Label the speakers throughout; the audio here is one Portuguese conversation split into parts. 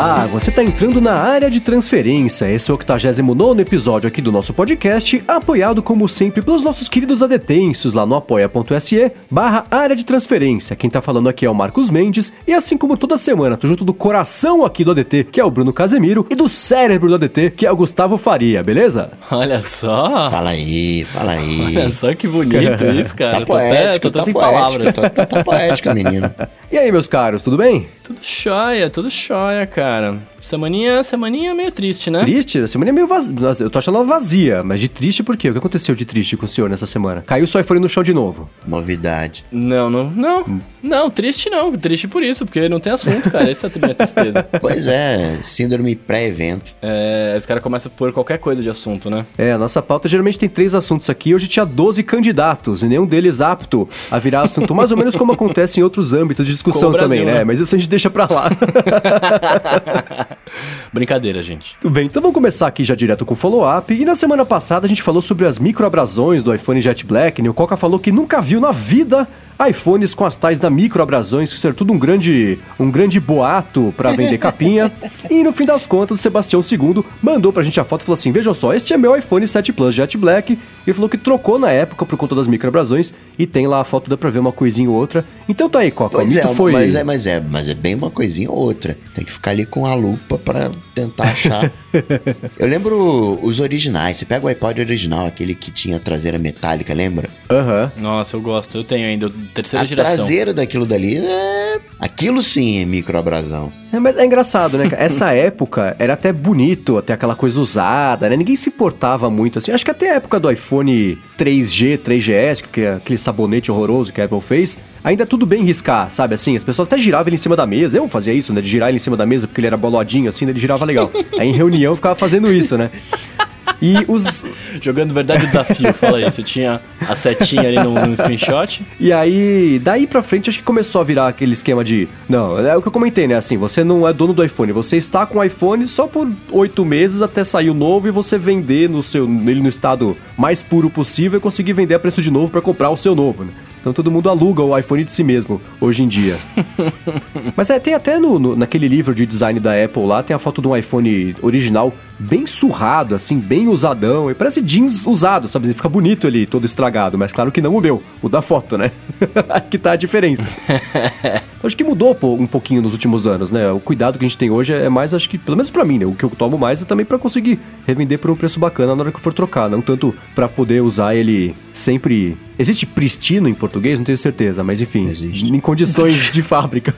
Speaker 1: Olá, você está entrando na área de transferência. Esse é o 89º episódio aqui do nosso podcast, apoiado como sempre pelos nossos queridos adetensos lá no apoia.se/área de transferência. Quem tá falando aqui é o Marcos Mendes e assim como toda semana, tô junto do coração aqui do ADT, que é o Bruno Casemiro, e do cérebro do ADT, que é o Gustavo Faria, beleza?
Speaker 2: Olha só.
Speaker 3: Fala aí.
Speaker 2: Olha só que bonito isso, cara.
Speaker 3: Tá poético,
Speaker 2: tô sem palavras.
Speaker 3: Tá poético, menino.
Speaker 1: E aí, meus caros, tudo bem?
Speaker 2: Tudo jóia, cara. Semaninha meio triste, né?
Speaker 1: Triste? A semana é meio vazia. Eu tô achando ela vazia, mas de triste por quê? O que aconteceu de triste com o senhor nessa semana? Caiu seu iPhone no chão de novo?
Speaker 3: Novidade.
Speaker 2: Não, triste não. Triste por isso, porque não tem assunto, cara. Essa é a minha tristeza.
Speaker 3: Pois é, síndrome pré-evento.
Speaker 2: Os caras começam por qualquer coisa de assunto, né?
Speaker 1: A nossa pauta geralmente tem 3 assuntos aqui. Hoje tinha 12 candidatos e nenhum deles apto a virar assunto, mais ou menos como acontece em outros âmbitos de discussão
Speaker 2: Brasil,
Speaker 1: também, né? Mas isso a gente deixa pra lá.
Speaker 2: Brincadeira, gente.
Speaker 1: Tudo bem, então vamos começar aqui já direto com o follow-up. E na semana passada a gente falou sobre as microabrasões do iPhone Jet Black, né? O Coca falou que nunca viu na vida iPhones com as tais da microabrasões, que isso era tudo um grande boato pra vender capinha. E no fim das contas, o Sebastião II mandou pra gente a foto e falou assim: vejam só, este é meu iPhone 7 Plus Jet Black. Ele falou que trocou na época por conta das microabrasões e tem lá a foto, dá pra ver uma coisinha ou outra. Então tá aí, Coca,
Speaker 3: Pois
Speaker 1: o mito foi...
Speaker 3: mas é bem uma coisinha ou outra. Tem que ficar ali com a lupa pra tentar achar. Eu lembro os originais. Você pega o iPod original, aquele que tinha a traseira metálica, lembra?
Speaker 1: Aham.
Speaker 2: Nossa, eu gosto. Eu tenho ainda terceira
Speaker 3: A
Speaker 2: geração.
Speaker 3: traseira daquilo dali aquilo sim é microabrasão.
Speaker 1: Mas é engraçado, né? Essa época era até bonito, até aquela coisa usada, né? Ninguém se importava muito, assim. Acho que até a época do iPhone 3G, 3GS, que é aquele sabonete horroroso que a Apple fez, ainda tudo bem riscar, sabe? Assim, as pessoas até giravam ele em cima da mesa. Eu fazia isso, né? De girar ele em cima da mesa, porque ele era bolodinho, assim, ele girava legal. Aí em reunião eu ficava fazendo isso, né? E os...
Speaker 2: Jogando verdade o desafio, fala aí. Você tinha a setinha ali no screenshot.
Speaker 1: E aí, daí pra frente, acho que começou a virar aquele esquema de... Não, é o que eu comentei, né? Assim, você não é dono do iPhone. Você está com o iPhone só por 8 meses até sair o novo e você vender ele no estado mais puro possível e conseguir vender a preço de novo pra comprar o seu novo, né? Então todo mundo aluga o iPhone de si mesmo, hoje em dia. Mas tem até naquele livro de design da Apple lá, tem a foto de um iPhone original bem surrado, assim, bem usadão. E parece jeans usado, sabe? Ele fica bonito ali, todo estragado. Mas claro que não o meu, o da foto, né? Aqui tá a diferença. Então, acho que mudou um pouquinho nos últimos anos, né? O cuidado que a gente tem hoje é mais, acho que, pelo menos pra mim, né? O que eu tomo mais é também pra conseguir revender por um preço bacana na hora que eu for trocar. Não tanto pra poder usar ele sempre... Existe pristino em português? Não tenho certeza, mas enfim,
Speaker 3: existe.
Speaker 1: Em condições de fábrica.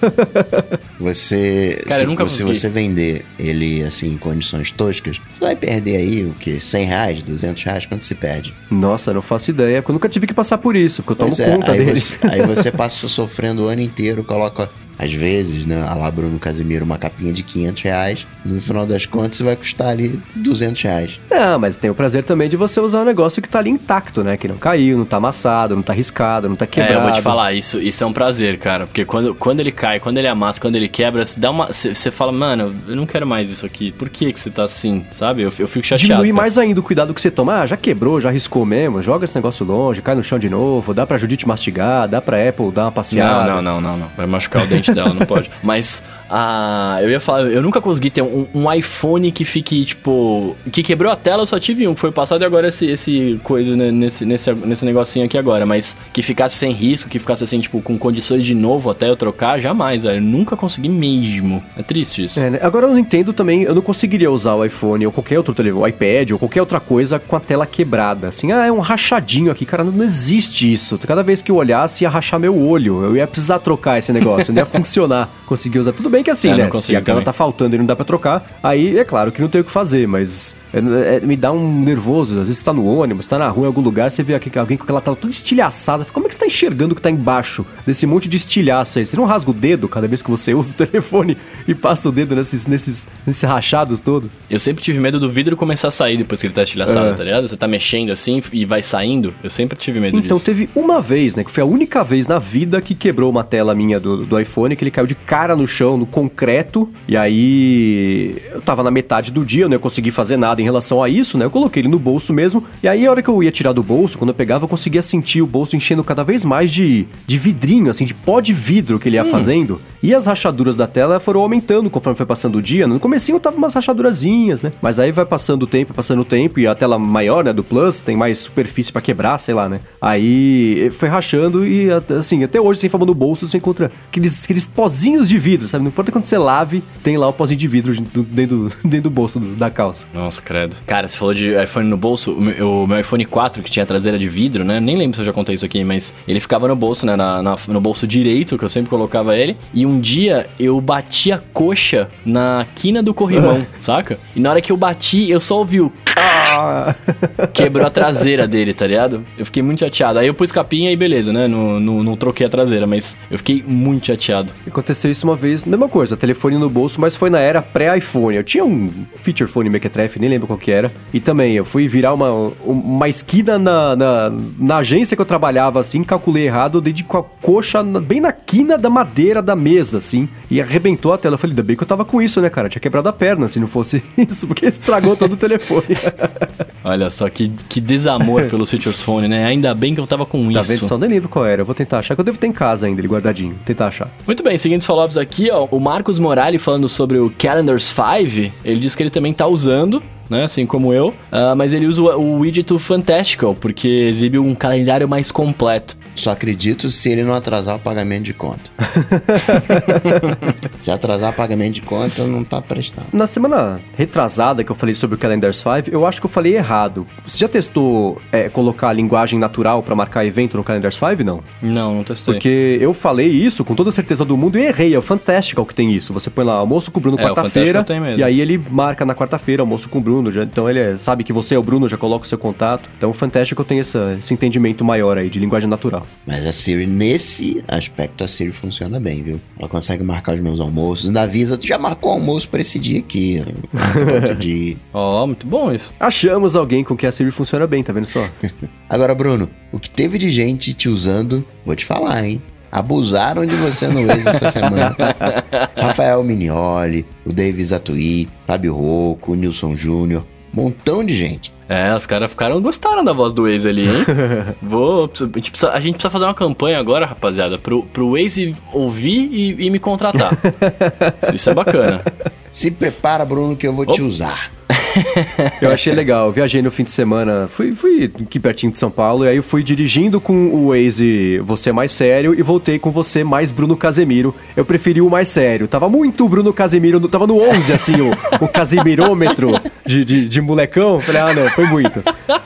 Speaker 2: Cara,
Speaker 3: se você vender ele assim em condições toscas, você vai perder aí o quê? R$100, R$200? Quanto se perde?
Speaker 1: Nossa, não faço ideia, porque eu nunca tive que passar por isso, porque eu tomo conta deles.
Speaker 3: Aí você passa sofrendo o ano inteiro, coloca... Às vezes, né, a lá Bruno Casemiro, uma capinha de R$500, no final das contas vai custar ali R$200.
Speaker 1: Não, mas tem o prazer também de você usar um negócio que tá ali intacto, né? Que não caiu, não tá amassado, não tá riscado, não tá quebrado.
Speaker 2: Eu vou te falar, isso é um prazer, cara. Porque quando ele cai, quando ele amassa, quando ele quebra, você fala, mano, eu não quero mais isso aqui. Por que você tá assim, sabe? Eu fico chateado.
Speaker 1: Diminui mais ainda o cuidado que você toma. Já quebrou, já riscou mesmo, joga esse negócio longe, cai no chão de novo, dá pra Judite mastigar, dá pra Apple dar uma passeada.
Speaker 2: Não. Vai machucar o dente dela, não pode. Mas, eu ia falar, eu nunca consegui ter um iPhone que fique, tipo... Que quebrou a tela, eu só tive um, que foi passado, e agora esse coisa, né, nesse negocinho aqui agora. Mas que ficasse sem risco, que ficasse assim, tipo, com condições de novo até eu trocar, jamais, velho. Eu nunca consegui mesmo. É triste isso.
Speaker 1: Né? Agora eu não entendo também, eu não conseguiria usar o iPhone ou qualquer outro telefone, o iPad ou qualquer outra coisa com a tela quebrada. Assim, é um rachadinho aqui, cara, não existe isso. Cada vez que eu olhasse, ia rachar meu olho. Eu ia precisar trocar esse negócio, não ia funcionar. Conseguir usar. Tudo bem que assim, né? Se a tela tá faltando e não dá pra trocar, aí é claro que não tem o que fazer, mas me dá um nervoso. Às vezes você tá no ônibus, tá na rua, em algum lugar, você vê alguém com aquela tela toda estilhaçada. Como é que você tá enxergando o que tá embaixo desse monte de estilhaço aí? Você não rasga o dedo cada vez que você usa o telefone e passa o dedo nesses rachados todos?
Speaker 2: Eu sempre tive medo do vidro começar a sair depois que ele tá estilhaçado, tá ligado? Você tá mexendo assim e vai saindo. Eu sempre tive medo disso.
Speaker 1: Então teve uma vez, né? Que foi a única vez na vida que quebrou uma tela minha do iPhone, que ele caiu de cara no chão, no concreto. E aí eu tava na metade do dia, eu não ia conseguir fazer nada preocupado em relação a isso, né? Eu coloquei ele no bolso mesmo, e aí a hora que eu ia tirar do bolso, quando eu pegava, eu conseguia sentir o bolso enchendo cada vez mais de vidrinho, assim, de pó de vidro que ele ia fazendo. E as rachaduras da tela foram aumentando conforme foi passando o dia. No comecinho tava umas rachadurazinhas, né? Mas aí vai passando o tempo, e a tela maior, né, do Plus, tem mais superfície pra quebrar, sei lá, né? Aí foi rachando e, assim, até hoje, sem fama no bolso, você encontra aqueles pozinhos de vidro, sabe? Não importa quando você lave, tem lá o pozinho de vidro dentro do bolso da calça.
Speaker 2: Nossa, credo. Cara, você falou de iPhone no bolso, o meu iPhone 4, que tinha a traseira de vidro, né? Nem lembro se eu já contei isso aqui, mas ele ficava no bolso, né? No bolso direito, que eu sempre colocava ele. E um dia eu bati a coxa na quina do corrimão, saca? E na hora que eu bati, eu só ouvi o... Quebrou a traseira dele, tá ligado? Eu fiquei muito chateado. Aí eu pus capinha e beleza, né? Não troquei a traseira, mas eu fiquei muito chateado.
Speaker 1: Aconteceu isso uma vez, mesma coisa, telefone no bolso, mas foi na era pré-iPhone. Eu tinha um feature phone mequetrefe, nem lembro qual que era. E também, eu fui virar uma esquina na agência que eu trabalhava, assim, calculei errado, dei com a coxa bem na quina da madeira da mesa, assim, e arrebentou a tela. Eu falei, ainda bem que eu tava com isso, né, cara? Eu tinha quebrado a perna se não fosse isso, porque estragou todo o telefone.
Speaker 2: Olha só, que desamor pelos features phone, né? Ainda bem que eu tava com
Speaker 1: tá
Speaker 2: isso.
Speaker 1: Tá vendo? Só nem lembro qual era. Eu vou tentar achar, que eu devo ter em casa ainda, ele guardadinho. Tentar achar.
Speaker 2: Muito bem, seguindo os follow-ups aqui, ó. O Marcos Morali falando sobre o Calendars 5, ele diz que ele também tá usando, né, assim como eu, mas ele usa o widget Fantastical, porque exibe um calendário mais completo.
Speaker 3: Só acredito se ele não atrasar o pagamento de conta. Se atrasar o pagamento de conta, não tá prestando.
Speaker 1: Na semana retrasada que eu falei sobre o Calendars 5, eu acho que eu falei errado. Você já testou colocar a linguagem natural pra marcar evento no Calendars 5, não?
Speaker 2: Não testei.
Speaker 1: Porque eu falei isso com toda a certeza do mundo e errei. É o Fantastical que tem isso. Você põe lá almoço com o Bruno quarta-feira, e aí ele marca na quarta-feira almoço com o Bruno. Então ele sabe que você é o Bruno, já coloca o seu contato. Então o Fantastical tem esse entendimento maior aí de linguagem natural.
Speaker 3: Mas a Siri, nesse aspecto, a Siri funciona bem, viu? Ela consegue marcar os meus almoços. Ainda avisa, tu já marcou almoço pra esse dia aqui. Marca pra outro dia.
Speaker 2: Ó, muito bom isso.
Speaker 1: Achamos alguém com quem a Siri funciona bem, tá vendo só?
Speaker 3: Agora, Bruno, o que teve de gente te usando, vou te falar, hein? Abusaram de você no Waze essa semana. Rafael Minioli, o Davis Atuí, Fábio Rocco, o Nilson Júnior, montão de gente.
Speaker 2: Os caras gostaram da voz do Waze ali, hein? A gente precisa fazer uma campanha agora, rapaziada, pro Waze ouvir e me contratar. Isso é bacana.
Speaker 3: Se prepara, Bruno, que eu vou te usar.
Speaker 1: Eu achei legal, eu viajei no fim de semana, fui aqui pertinho de São Paulo, e aí eu fui dirigindo com o Waze Você Mais Sério e voltei com Você Mais Bruno Casemiro. Eu preferi o mais sério, tava muito Bruno Casemiro, tava no 11 assim, o Casemirômetro de molecão. Falei, não, foi muito.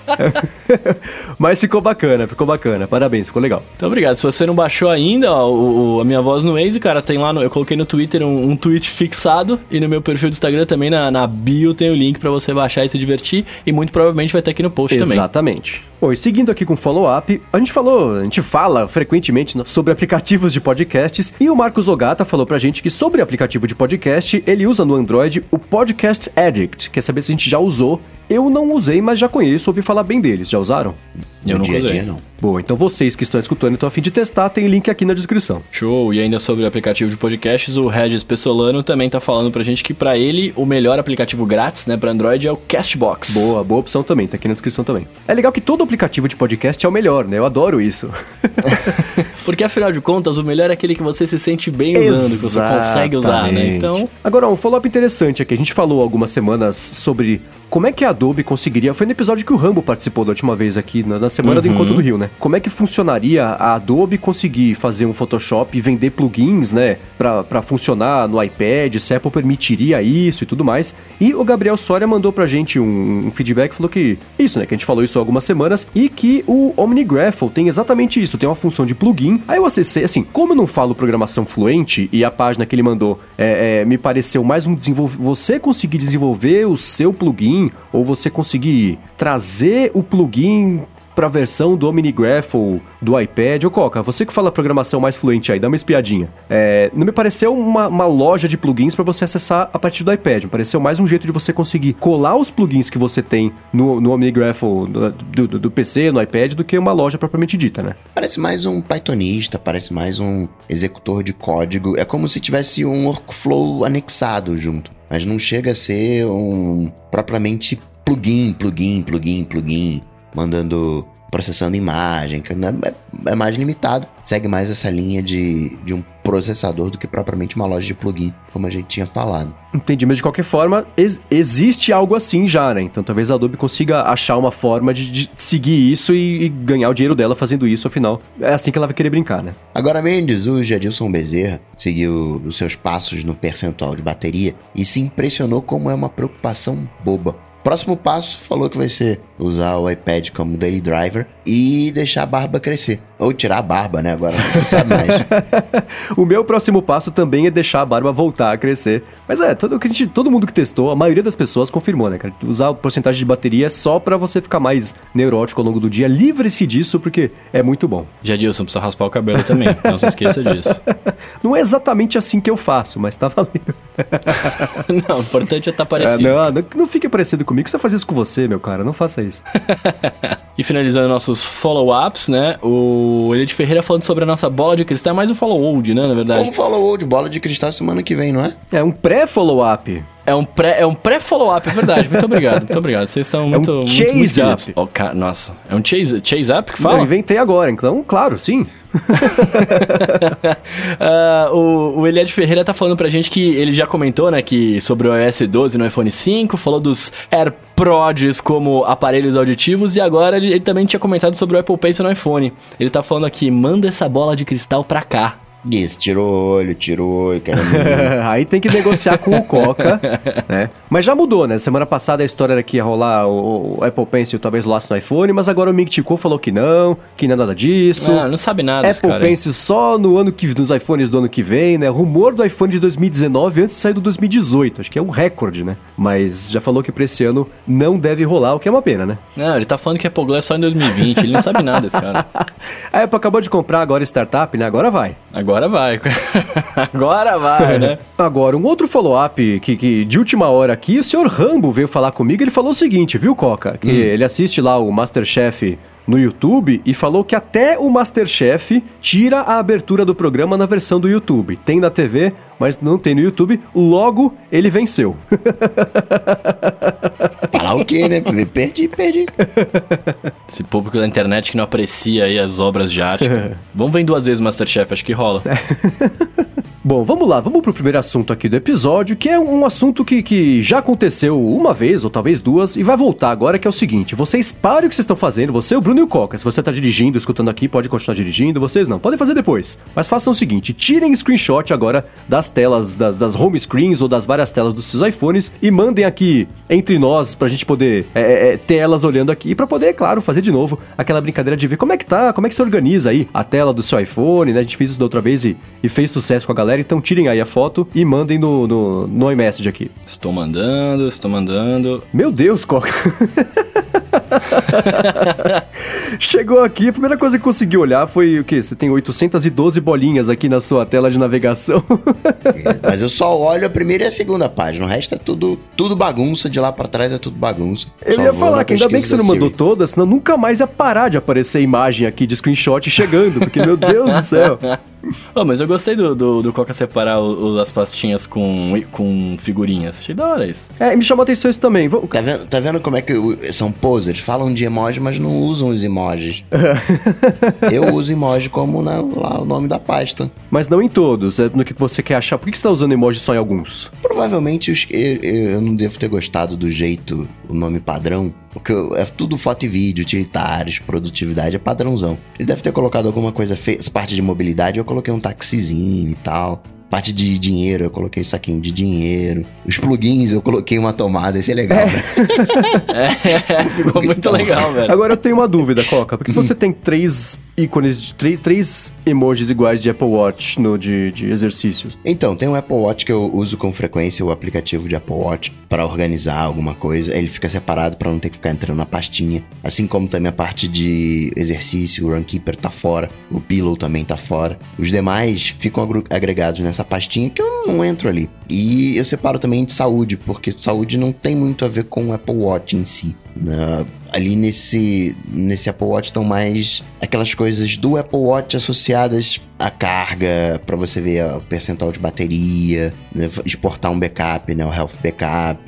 Speaker 1: Mas ficou bacana, parabéns, ficou legal.
Speaker 2: Então obrigado, se você não baixou ainda a minha voz no Waze, cara, tem lá, eu coloquei no Twitter um tweet fixado, e no meu perfil do Instagram também, na bio tem o link pra você baixar e se divertir, e muito provavelmente vai estar aqui no post também.
Speaker 1: Exatamente. Bom, e seguindo aqui com o follow-up, a gente fala frequentemente sobre aplicativos de podcasts, e o Marcos Ogata falou pra gente que sobre aplicativo de podcast, ele usa no Android o Podcast Addict. Quer saber se a gente já usou? Eu não usei, mas já conheço, ouvi falar bem deles. Já usaram?
Speaker 2: Eu não
Speaker 3: dia
Speaker 2: usei.
Speaker 3: A dia, não.
Speaker 1: Bom, então vocês que estão escutando e estão a fim de testar, tem link aqui na descrição.
Speaker 2: Show! E ainda sobre o aplicativo de podcasts, o Regis Pessolano também tá falando pra gente que pra ele o melhor aplicativo grátis, né, pra Android é o Castbox.
Speaker 1: Boa opção também, tá aqui na descrição também. É legal que todo aplicativo de podcast é o melhor, né? Eu adoro isso.
Speaker 2: Porque afinal de contas, o melhor é aquele que você se sente bem usando, que você consegue usar, né? Então...
Speaker 1: Agora, um follow-up interessante aqui. A gente falou algumas semanas sobre como é que a Adobe conseguiria... Foi no episódio que o Rambo participou da última vez aqui, na semana do Encontro do Rio, né? Como é que funcionaria a Adobe conseguir fazer um Photoshop e vender plugins, né? Pra funcionar no iPad, se a Apple permitiria isso e tudo mais. E o Gabriel Soria mandou pra gente um feedback, falou que isso, né? Que a gente falou isso há algumas semanas, e que o OmniGraffle tem exatamente isso, tem uma função de plugin. Aí eu acessei, assim, como eu não falo programação fluente, e a página que ele mandou me pareceu mais você conseguir desenvolver o seu plugin, ou você conseguir trazer o plugin para a versão do OmniGraffle do iPad. Ô Coca, você que fala programação mais fluente aí, dá uma espiadinha. Não me pareceu uma loja de plugins para você acessar a partir do iPad. Me pareceu mais um jeito de você conseguir colar os plugins que você tem no OmniGraffle do PC, no iPad, do que uma loja propriamente dita, né?
Speaker 3: Parece mais um Pythonista, parece mais um executor de código. É como se tivesse um workflow anexado junto. Mas não chega a ser um propriamente plugin, processando imagem, que é mais limitado. Segue mais essa linha de um processador do que propriamente uma loja de plugin, como a gente tinha falado.
Speaker 1: Entendi, mas de qualquer forma, existe algo assim já, né? Então talvez a Adobe consiga achar uma forma de seguir isso e ganhar o dinheiro dela fazendo isso, afinal. É assim que ela vai querer brincar, né?
Speaker 3: Agora, Mendes, o Jadilson Bezerra seguiu os seus passos no percentual de bateria e se impressionou como é uma preocupação boba. Próximo passo, falou que vai ser usar o iPad como daily driver e deixar a barba crescer. Ou tirar a barba, né? Agora você sabe mais.
Speaker 1: O meu próximo passo também é deixar a barba voltar a crescer. Mas todo mundo que testou, a maioria das pessoas confirmou, né, cara? Usar a porcentagem de bateria é só pra você ficar mais neurótico ao longo do dia. Livre-se disso, porque é muito bom.
Speaker 2: Jadilson, precisa raspar o cabelo também. Não se esqueça disso.
Speaker 1: Não é exatamente assim que eu faço, mas tá valendo.
Speaker 2: Não, o importante é estar parecido.
Speaker 1: Não fique parecido comigo, que você faz isso com você, meu cara. Não faça isso.
Speaker 2: E finalizando nossos follow-ups, né? O Elite Ferreira falando sobre a nossa bola de cristal. É mais um follow-old, né? Na verdade.
Speaker 3: Como follow-old? Bola de cristal semana que vem, não é?
Speaker 1: É um pré-follow-up.
Speaker 2: É um pré-follow-up, é verdade. Muito obrigado, muito obrigado. Vocês são muito...
Speaker 1: É um chase-up.
Speaker 2: Oh, nossa, é um chase-up que fala?
Speaker 1: Eu inventei agora, então, claro, sim.
Speaker 2: O Eliade Ferreira tá falando pra gente que ele já comentou, né, que sobre o iOS 12 no iPhone 5, falou dos AirPods como aparelhos auditivos e agora ele também tinha comentado sobre o Apple Pencil no iPhone. Ele tá falando aqui, manda essa bola de cristal pra cá.
Speaker 3: Isso, tira o olho, quero
Speaker 1: Aí tem que negociar com o Coca, né? Mas já mudou, né? Semana passada a história era que ia rolar o Apple Pencil talvez rolasse no iPhone, mas agora o Mig Chico falou que não é nada disso.
Speaker 2: Não sabe nada
Speaker 1: Apple Pencil só nos iPhones do ano que vem, né? Rumor do iPhone de 2019 antes de sair do 2018. Acho que é um recorde, né? Mas já falou que pra esse ano não deve rolar, o que é uma pena, né?
Speaker 2: Não, ele tá falando que Apple Glass só em 2020, ele não sabe nada, esse cara.
Speaker 1: A Apple acabou de comprar agora startup, né? Agora vai.
Speaker 2: Agora vai. Agora vai, né?
Speaker 1: Agora, um outro follow-up que de última hora aqui, o senhor Rambo veio falar comigo, ele falou o seguinte, viu, Coca? Que ele assiste lá o MasterChef no YouTube e falou que até o MasterChef tira a abertura do programa na versão do YouTube. Tem na TV, mas não tem no YouTube, logo ele venceu.
Speaker 3: Falar o quê, né? Perdi.
Speaker 2: Esse público da internet que não aprecia aí as obras de arte. Vamos ver 2 vezes MasterChef, acho que rola.
Speaker 1: Bom, vamos lá, vamos pro primeiro assunto aqui do episódio, que é um assunto que já aconteceu uma vez, ou talvez 2, e vai voltar agora, que é o seguinte, vocês parem o que vocês estão fazendo, você, o Bruno e o Coca, se você tá dirigindo, escutando aqui, pode continuar dirigindo, vocês não, podem fazer depois, mas façam o seguinte, tirem screenshot agora das telas, das home screens ou das várias telas dos seus iPhones e mandem aqui entre nós, pra gente poder ter elas olhando aqui, e pra poder, claro, fazer de novo aquela brincadeira de ver como é que tá, como é que você organiza aí a tela do seu iPhone, né, a gente fez isso da outra vez e fez sucesso com a galera. Então tirem aí a foto e mandem no iMessage aqui.
Speaker 2: Estou mandando.
Speaker 1: Meu Deus, Coca. Chegou aqui, a primeira coisa que consegui olhar foi o quê? Você tem 812 bolinhas aqui na sua tela de navegação.
Speaker 3: Mas eu só olho a primeira e a segunda página, o resto é tudo bagunça, de lá pra trás é tudo bagunça.
Speaker 1: Eu ia falar que ainda bem que você não mandou todas, senão nunca mais ia parar de aparecer imagem aqui de screenshot chegando, porque meu Deus do céu.
Speaker 2: Oh, mas eu gostei do Coca separar as pastinhas com figurinhas. Achei da hora isso.
Speaker 1: Me chamou a atenção isso também.
Speaker 3: Tá vendo como é que são posers? Falam de emoji, mas não usam os emojis. Eu uso emoji como lá o nome da pasta.
Speaker 1: Mas não em todos, é no que você quer achar. Por que você tá usando emoji só em alguns?
Speaker 3: Provavelmente eu não devo ter gostado do jeito, o nome padrão. Porque é tudo foto e vídeo, utilitários, produtividade, é padrãozão. Ele deve ter colocado alguma coisa feia. Essa parte de mobilidade eu coloquei um taxizinho e tal. Parte de dinheiro, eu coloquei saquinho de dinheiro. Os plugins, eu coloquei uma tomada. Isso é legal, né?
Speaker 2: Ficou muito legal, velho.
Speaker 1: Agora eu tenho uma dúvida, Coca. Por que você tem 3 ícones, 3 emojis iguais de Apple Watch de exercícios?
Speaker 3: Então, tem um Apple Watch que eu uso com frequência, o aplicativo de Apple Watch, para organizar alguma coisa. Ele fica separado para não ter que ficar entrando na pastinha. Assim como também a parte de exercício, o Runkeeper tá fora. O Pillow também tá fora. Os demais ficam agregados nessa pastinha que eu não entro ali. E eu separo também de saúde, porque saúde não tem muito a ver com o Apple Watch em si. Ali nesse Apple Watch estão mais aquelas coisas do Apple Watch associadas à carga, para você ver o percentual de bateria, né? Exportar um backup, né? O Health Backup.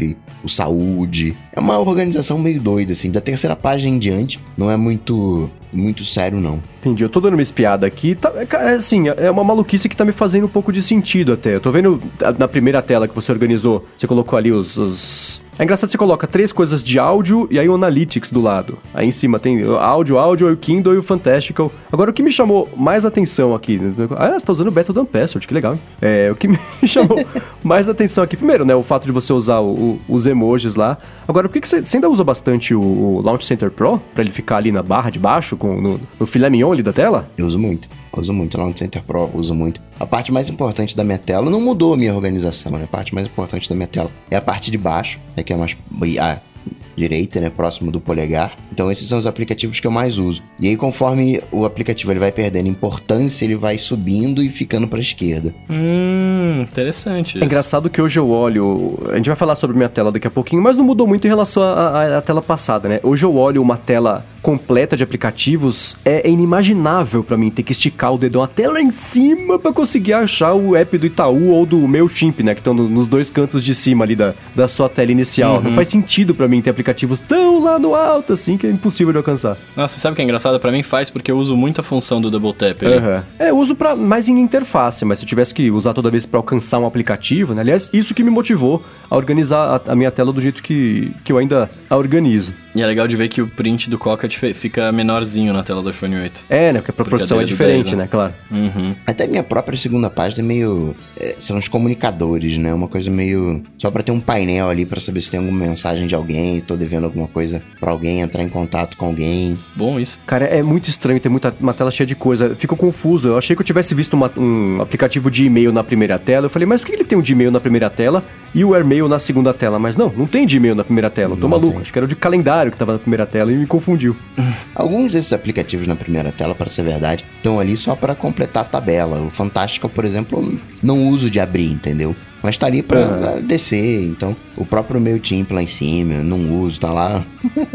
Speaker 3: o saúde. É uma organização meio doida, assim. Da terceira página em diante, não é muito sério, não.
Speaker 1: Entendi, eu tô dando uma espiada aqui, assim, é uma maluquice que tá me fazendo um pouco de sentido até. Eu tô vendo na primeira tela que você organizou, você colocou ali os... É engraçado, você coloca 3 coisas de áudio e aí o Analytics do lado. Aí em cima tem áudio, o Kindle e o Fantastical. Agora, o que me chamou mais atenção aqui... você tá usando o Beta do Unpassword, que legal. O que me chamou mais atenção aqui, primeiro, né, o fato de você usar os emojis lá. Agora, por que você ainda usa bastante o Launch Center Pro? Pra ele ficar ali na barra de baixo, no filé mignon ali da tela?
Speaker 3: Eu uso muito. O Launch Center Pro, uso muito. A parte mais importante da minha tela não mudou a minha organização, né? A parte mais importante da minha tela é a parte de baixo, que é mais à direita, né? Próximo do polegar. Então esses são os aplicativos que eu mais uso. E aí conforme o aplicativo ele vai perdendo importância, ele vai subindo e ficando para a esquerda.
Speaker 2: Interessante isso.
Speaker 1: É engraçado que hoje eu olho... A gente vai falar sobre minha tela daqui a pouquinho, mas não mudou muito em relação à tela passada, né? Hoje eu olho uma tela completa de aplicativos, é inimaginável pra mim ter que esticar o dedão até lá em cima pra conseguir achar o app do Itaú ou do MailChimp, né? Que estão nos 2 cantos de cima ali da sua tela inicial. Não faz sentido pra mim ter aplicativos tão lá no alto assim que é impossível de alcançar.
Speaker 2: Nossa, sabe o que é engraçado? Pra mim faz porque eu uso muito a função do Double Tap ali.
Speaker 1: Eu uso mais em interface, mas se eu tivesse que usar toda vez pra alcançar um aplicativo, né? Aliás, isso que me motivou a organizar a minha tela do jeito que eu ainda a organizo.
Speaker 2: E é legal de ver que o print do Coca fica menorzinho na tela do iPhone 8.
Speaker 1: Né? Porque a proporção é diferente, 10, né? Claro.
Speaker 3: Até minha própria segunda página é meio... são os comunicadores, né? Uma coisa meio... Só pra ter um painel ali pra saber se tem alguma mensagem de alguém, tô devendo alguma coisa pra alguém, entrar em contato com alguém.
Speaker 2: Bom isso.
Speaker 1: Cara, é muito estranho ter uma tela cheia de coisa. Fico confuso. Eu achei que eu tivesse visto um aplicativo de e-mail na primeira tela. Eu falei, mas por que ele tem um de e-mail na primeira tela e o AirMail na segunda tela? Mas não tem de e-mail na primeira tela. Eu tô maluco. Acho que era o de calendário que tava na primeira tela e me confundiu.
Speaker 3: Alguns desses aplicativos na primeira tela, para ser verdade, estão ali só para completar a tabela. O Fantastical, por exemplo, não uso de abrir, entendeu? Mas tá ali pra descer, então o próprio MailChimp lá em cima, eu não uso, tá lá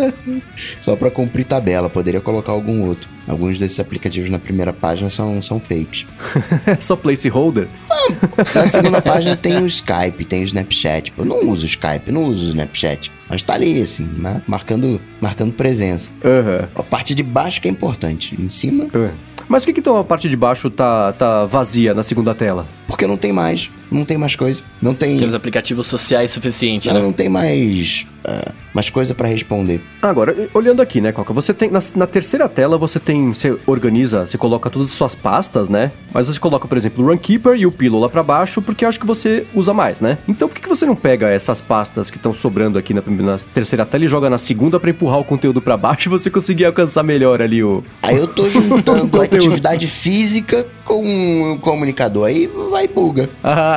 Speaker 3: só pra cumprir tabela, poderia colocar algum outro. Alguns desses aplicativos na primeira página são fakes.
Speaker 1: Só placeholder?
Speaker 3: Na segunda página tem o Skype, tem o Snapchat. Eu não uso o Skype, não uso o Snapchat. Mas tá ali, assim, né? Marcando presença. A parte de baixo que é importante, em cima...
Speaker 1: Mas por que então a parte de baixo tá vazia na segunda tela?
Speaker 3: Porque não tem mais coisa. Não tem...
Speaker 2: Temos aplicativos sociais suficientes, né?
Speaker 3: Não tem mais coisa pra responder.
Speaker 1: Agora, olhando aqui, né, Coca? Você tem, na terceira tela, você organiza, você coloca todas as suas pastas, né? Mas você coloca, por exemplo, o Runkeeper e o Pillow lá pra baixo, porque eu acho que você usa mais, né? Então por que você não pega essas pastas que estão sobrando aqui na terceira tela e joga na segunda pra empurrar o conteúdo pra baixo e você conseguir alcançar melhor ali o...
Speaker 3: Aí eu tô juntando atividade física com um comunicador, aí vai buga.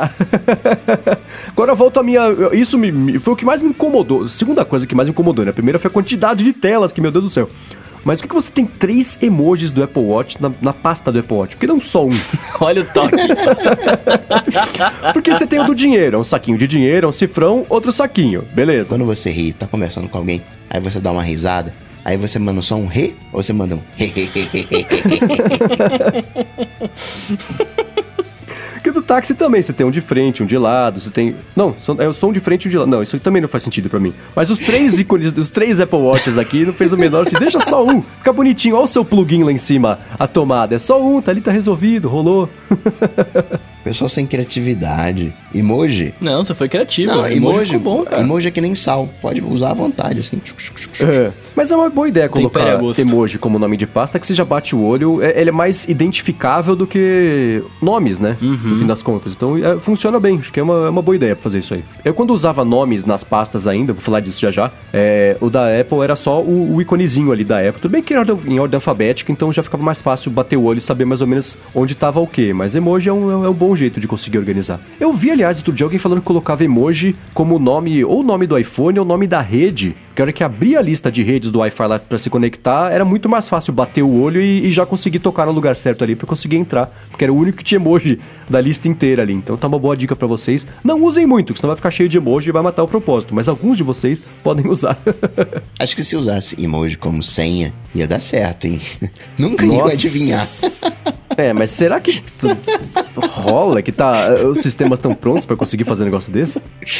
Speaker 1: Agora volto a minha... Isso foi o que mais me incomodou. Segunda coisa que mais me incomodou, né? A primeira foi a quantidade de telas, que meu Deus do céu. Mas por que você tem 3 emojis do Apple Watch na pasta do Apple Watch? Por que não só um?
Speaker 2: Olha o toque.
Speaker 1: Porque você tem o do dinheiro, é um saquinho de dinheiro, é um cifrão, outro saquinho, beleza.
Speaker 3: Quando você ri, tá conversando com alguém, aí você dá uma risada, aí você manda só um re, ou você manda um
Speaker 1: Porque do táxi também, você tem um de frente, um de lado, você tem... Não, é só um de frente e um de lado. Não, isso também não faz sentido pra mim. Mas os 3 ícones, os 3 Apple Watches aqui, não fez o menor sentido. Deixa só um, fica bonitinho. Olha o seu plugin lá em cima, a tomada. É só um, tá ali, tá resolvido, rolou.
Speaker 3: Pessoal sem criatividade. Emoji?
Speaker 2: Não, você foi criativo.
Speaker 3: Não, emoji
Speaker 2: bom, cara.
Speaker 3: Emoji é que nem sal. Pode usar à vontade, assim.
Speaker 1: Mas é uma boa ideia colocar emoji como nome de pasta, que você já bate o olho. Ele é mais identificável do que nomes, né? No fim das contas. Então, funciona bem. Acho que é uma boa ideia pra fazer isso aí. Eu, quando usava nomes nas pastas ainda, vou falar disso já, o da Apple era só o iconezinho ali da Apple. Tudo bem que era em ordem alfabética, então já ficava mais fácil bater o olho e saber mais ou menos onde tava o quê. Mas emoji é um bom jeito de conseguir organizar. Eu vi, aliás, outro dia alguém falando que colocava emoji como nome, ou nome do iPhone, ou nome da rede, que a hora que abria a lista de redes do Wi-Fi lá pra se conectar, era muito mais fácil bater o olho e já conseguir tocar no lugar certo ali pra conseguir entrar, porque era o único que tinha emoji da lista inteira ali. Então tá uma boa dica pra vocês. Não usem muito, que senão vai ficar cheio de emoji e vai matar o propósito, mas alguns de vocês podem usar.
Speaker 3: Acho que se usasse emoji como senha, ia dar certo, hein? Nunca ia adivinhar.
Speaker 1: Mas será que rola? Que os sistemas estão prontos pra conseguir fazer um negócio desse?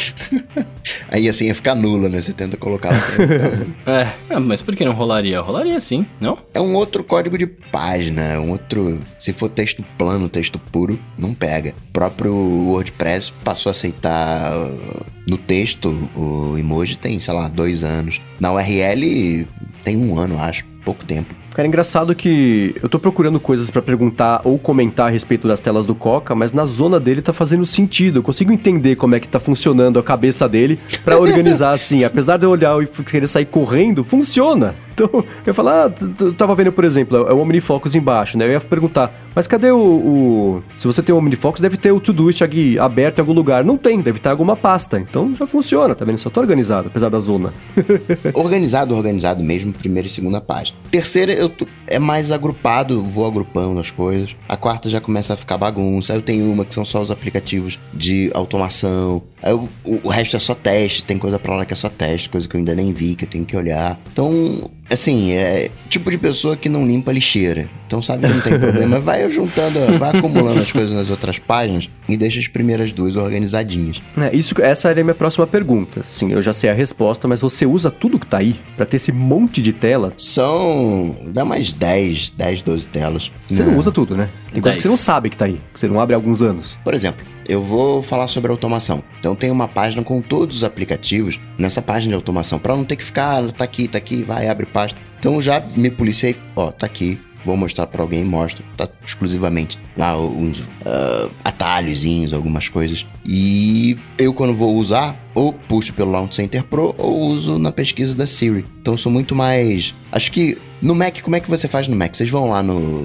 Speaker 3: Aí assim ia ficar nula, né? Você tenta colocar assim.
Speaker 2: Mas por que não rolaria? Rolaria sim, não?
Speaker 3: É um outro código de página, um outro... Se for texto plano, texto puro, não pega. O próprio WordPress passou a aceitar no texto o emoji tem, sei lá, 2 anos. Na URL tem 1 ano, acho. Pouco tempo.
Speaker 1: Cara, é engraçado que eu tô procurando coisas pra perguntar ou comentar a respeito das telas do Coca, mas na zona dele tá fazendo sentido. Eu consigo entender como é que tá funcionando a cabeça dele pra organizar assim. Apesar de eu olhar e querer sair correndo, funciona. Então, eu ia falar, eu tava vendo, por exemplo, é o OmniFocus embaixo, né? Eu ia perguntar, mas cadê se você tem o OmniFocus, deve ter o Todoist aqui aberto em algum lugar. Não tem, deve estar em alguma pasta. Então já funciona, tá vendo? Só tô organizado, apesar da zona.
Speaker 3: Organizado mesmo, primeira e segunda página. Terceira, é mais agrupado, vou agrupando as coisas. A quarta já começa a ficar bagunça. Aí eu tenho uma que são só os aplicativos de automação. Aí o resto é só teste, tem coisa pra lá que é só teste, coisa que eu ainda nem vi, que eu tenho que olhar. Então, assim, é tipo de pessoa que não limpa a lixeira. Então sabe que não tem problema, vai juntando, vai acumulando as coisas nas outras páginas e deixa as primeiras 2 organizadinhas.
Speaker 1: Essa era a minha próxima pergunta. Sim, eu já sei a resposta, mas você usa tudo que tá aí pra ter esse monte de tela?
Speaker 3: Dá mais 10, 12 telas.
Speaker 1: Você não usa tudo, né? Tem coisa que você não sabe que tá aí, que você não abre há alguns anos.
Speaker 3: Por exemplo, eu vou falar sobre automação. Então tem uma página com todos os aplicativos nessa página de automação, pra não ter que ficar, tá aqui, vai, abre pasta. Então já me policiei, tá aqui, vou mostrar pra alguém, mostro, tá exclusivamente lá uns atalhozinhos, algumas coisas. E eu quando vou usar, ou puxo pelo Launch Center Pro, ou uso na pesquisa da Siri. Então sou muito mais... Acho que no Mac, como é que você faz no Mac? Vocês vão lá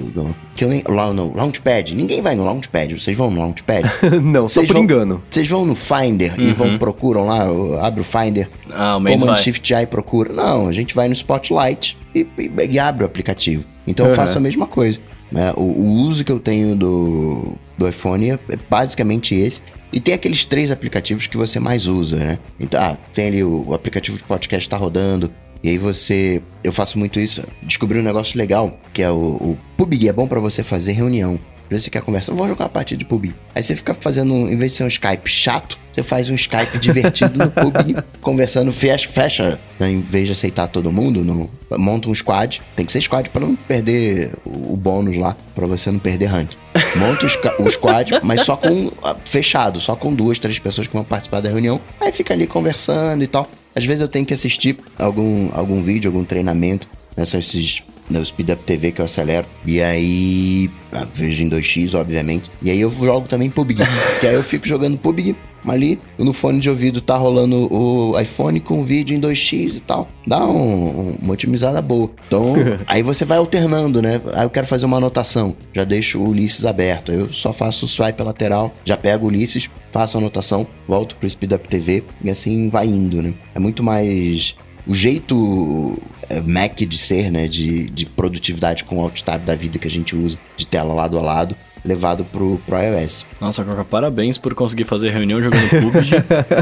Speaker 3: lá no Launchpad. Ninguém vai no Launchpad, vocês vão no Launchpad?
Speaker 1: Não, só por engano.
Speaker 3: Vocês vão no Finder e procuram lá, abre o Finder, Command Shift A e procura. Não, a gente vai no Spotlight e abre o aplicativo. Então eu faço a mesma coisa. Né? O uso que eu tenho do iPhone é basicamente esse. E tem aqueles 3 aplicativos que você mais usa, né? Então, tem ali o aplicativo de podcast tá rodando. E aí eu faço muito isso. Descobri um negócio legal, que é o PUBG. É bom pra você fazer reunião. Você quer conversar, vamos jogar uma partida de PUBG. Aí você fica fazendo, em vez de ser um Skype chato, você faz um Skype divertido no PUBG, conversando, fecha, né? Em vez de aceitar todo mundo, monta um squad. Tem que ser squad pra não perder o bônus lá, pra você não perder rank. Monta o squad, mas só com fechado, só com 2, 3 pessoas que vão participar da reunião. Aí fica ali conversando e tal. Às vezes eu tenho que assistir algum vídeo, algum treinamento, né? São esses... no Speed Up TV que eu acelero. E aí... vejo em 2x, obviamente. E aí eu jogo também PUBG. Que aí eu fico jogando PUBG ali. No fone de ouvido tá rolando o iPhone com o vídeo em 2x e tal. Dá uma otimizada boa. Então, aí você vai alternando, né? Aí eu quero fazer uma anotação. Já deixo o Ulysses aberto. Aí eu só faço o swipe lateral. Já pego o Ulysses, faço a anotação. Volto pro Speed Up TV. E assim vai indo, né? É muito mais... O jeito Mac de ser, né, de produtividade com o Alt-Tab da vida que a gente usa, de tela lado a lado, levado pro iOS.
Speaker 2: Nossa, Coca, parabéns por conseguir fazer reunião jogando PUBG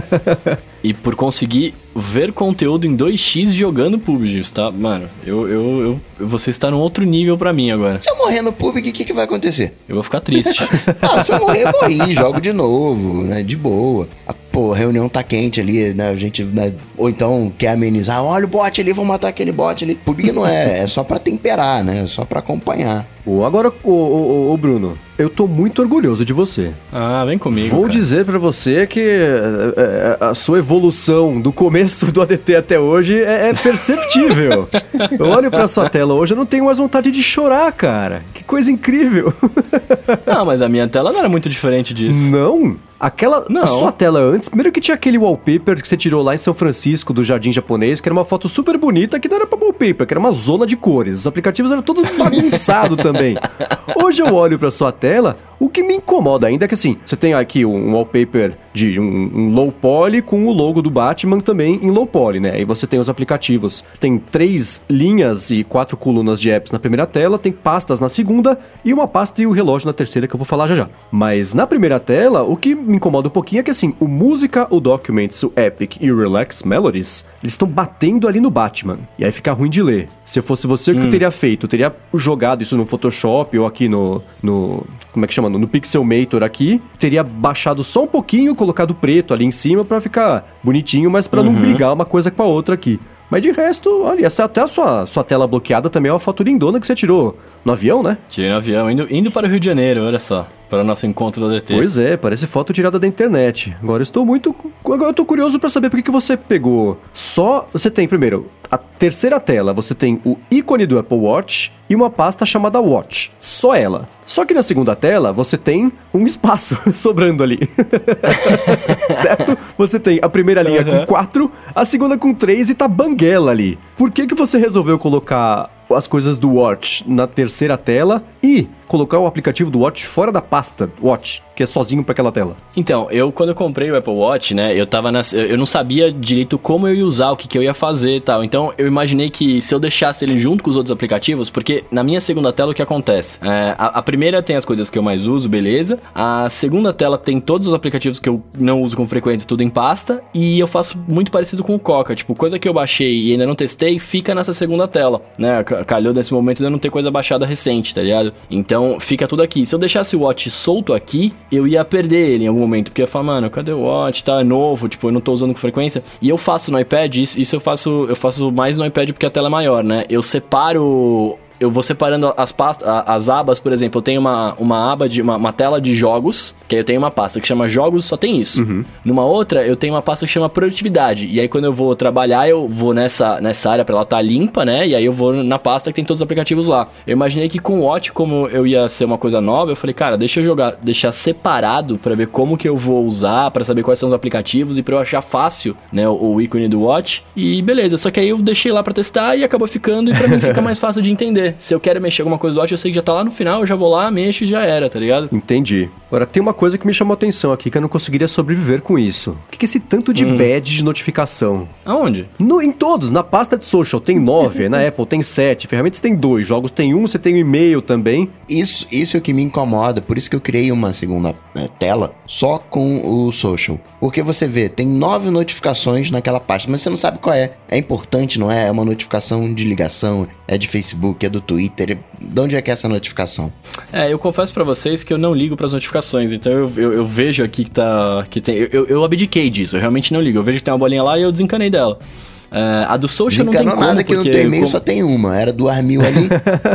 Speaker 2: e por conseguir ver conteúdo em 2x jogando PUBG, tá? Mano, você está num outro nível pra mim agora.
Speaker 3: Se eu morrer no PUBG, o que vai acontecer?
Speaker 2: Eu vou ficar triste.
Speaker 3: Se eu morrer, eu morri, jogo de novo, né, de boa. A reunião tá quente ali, né, a gente, né, ou então quer amenizar, olha o bot ali, vamos matar aquele bot ali. PUBG não é só pra temperar, né, é só pra acompanhar.
Speaker 1: Agora, Bruno, eu tô muito orgulhoso de você.
Speaker 2: Vem comigo,
Speaker 1: Vou dizer pra você que a sua evolução do começo do ADT até hoje é perceptível. Eu olho pra sua tela hoje, eu não tenho mais vontade de chorar, cara. Que coisa incrível.
Speaker 2: Não, mas a minha tela não era muito diferente disso.
Speaker 1: Não? A sua tela antes, primeiro que tinha aquele wallpaper que você tirou lá em São Francisco, do Jardim Japonês, que era uma foto super bonita, que não era pra wallpaper, que era uma zona de cores. Os aplicativos eram todos bagunçados também. Hoje eu olho pra sua tela, O que me incomoda ainda é que, assim, você tem aqui um wallpaper de um low poly com o logo do Batman também em low poly, né? Aí você tem os aplicativos. Você tem 3 linhas e 4 colunas de apps na primeira tela, tem pastas na segunda e uma pasta e o relógio na terceira, que eu vou falar já já. Mas na primeira tela, o que me incomoda um pouquinho é que, assim, o Música, o Documents, o Epic e o Relax Melodies, eles estão batendo ali no Batman. E aí fica ruim de ler. Se eu fosse você, o que eu teria feito? Eu teria jogado isso no Photoshop ou aqui no como é que chama? No Pixelmator aqui. Teria baixado só um pouquinho, colocado preto ali em cima pra ficar bonitinho, mas pra não brigar uma coisa com a outra aqui. Mas de resto, olha, até a sua tela bloqueada também é uma foto lindona que você tirou no avião, né?
Speaker 2: Tirei no avião, indo para o Rio de Janeiro, olha só. Para o nosso encontro da DT.
Speaker 1: Pois é, parece foto tirada da internet. Agora eu tô curioso pra saber por que você pegou só... Você tem, primeiro, a terceira tela, você tem o ícone do Apple Watch e uma pasta chamada Watch. Só ela. Só que na segunda tela, você tem um espaço sobrando ali. Certo? Você tem a primeira linha com 4, a segunda com 3 e tá banguela ali. Por que você resolveu colocar as coisas do Watch na terceira tela e colocar o aplicativo do Watch fora da pasta Watch, que é sozinho pra aquela tela?
Speaker 2: Então, quando eu comprei o Apple Watch, né, eu não sabia direito como eu ia usar, o que eu ia fazer e tal. Então, eu imaginei que se eu deixasse ele junto com os outros aplicativos, porque na minha segunda tela o que acontece? A primeira tem as coisas que eu mais uso, beleza. A segunda tela tem todos os aplicativos que eu não uso com frequência, tudo em pasta. E eu faço muito parecido com o Coca. Tipo, coisa que eu baixei e ainda não testei, fica nessa segunda tela, né? Calhou nesse momento de não ter coisa baixada recente, tá ligado? Então, fica tudo aqui. Se eu deixasse o Watch solto aqui, eu ia perder ele em algum momento. Porque eu ia falar, mano, cadê o Watch? Tá, é novo, tipo, eu não tô usando com frequência. E eu faço no iPad, isso eu faço mais no iPad porque a tela é maior, né? Eu vou separando as pastas, as abas, por exemplo, eu tenho uma aba de uma tela de jogos, que aí eu tenho uma pasta que chama jogos, só tem isso. Numa outra, eu tenho uma pasta que chama produtividade, e aí quando eu vou trabalhar, eu vou nessa área pra ela estar limpa, né, e aí eu vou na pasta que tem todos os aplicativos lá. Eu imaginei que com o Watch, como eu ia ser uma coisa nova, eu falei, cara, deixar separado pra ver como que eu vou usar, pra saber quais são os aplicativos e pra eu achar fácil, né, o ícone do Watch, e beleza, só que aí eu deixei lá pra testar e acabou ficando, e pra mim fica mais fácil de entender. Se eu quero mexer alguma coisa do Watch, eu sei que já tá lá no final, eu já vou lá, mexo e já era, tá ligado?
Speaker 1: Entendi. Agora, tem uma coisa que me chamou a atenção aqui, que eu não conseguiria sobreviver com isso. O que é esse tanto de badge de notificação?
Speaker 2: Aonde?
Speaker 1: Em todos. Na pasta de social tem 9, na Apple tem 7, ferramentas tem 2, jogos tem 1, você tem o e-mail também.
Speaker 3: Isso é o que me incomoda, por isso que eu criei uma segunda tela só com o social. Porque você vê, tem 9 notificações naquela pasta, mas você não sabe qual é. É importante, não é? É uma notificação de ligação, é de Facebook, é do Twitter. De onde é que é essa notificação?
Speaker 2: Eu confesso pra vocês que eu não ligo pras notificações, então eu vejo aqui que tem... Eu abdiquei disso, eu realmente não ligo. Eu vejo que tem uma bolinha lá e eu desencanei dela. A do social não tem como,
Speaker 3: nada que no teu e-mail só tem uma. Era 2.000 ali.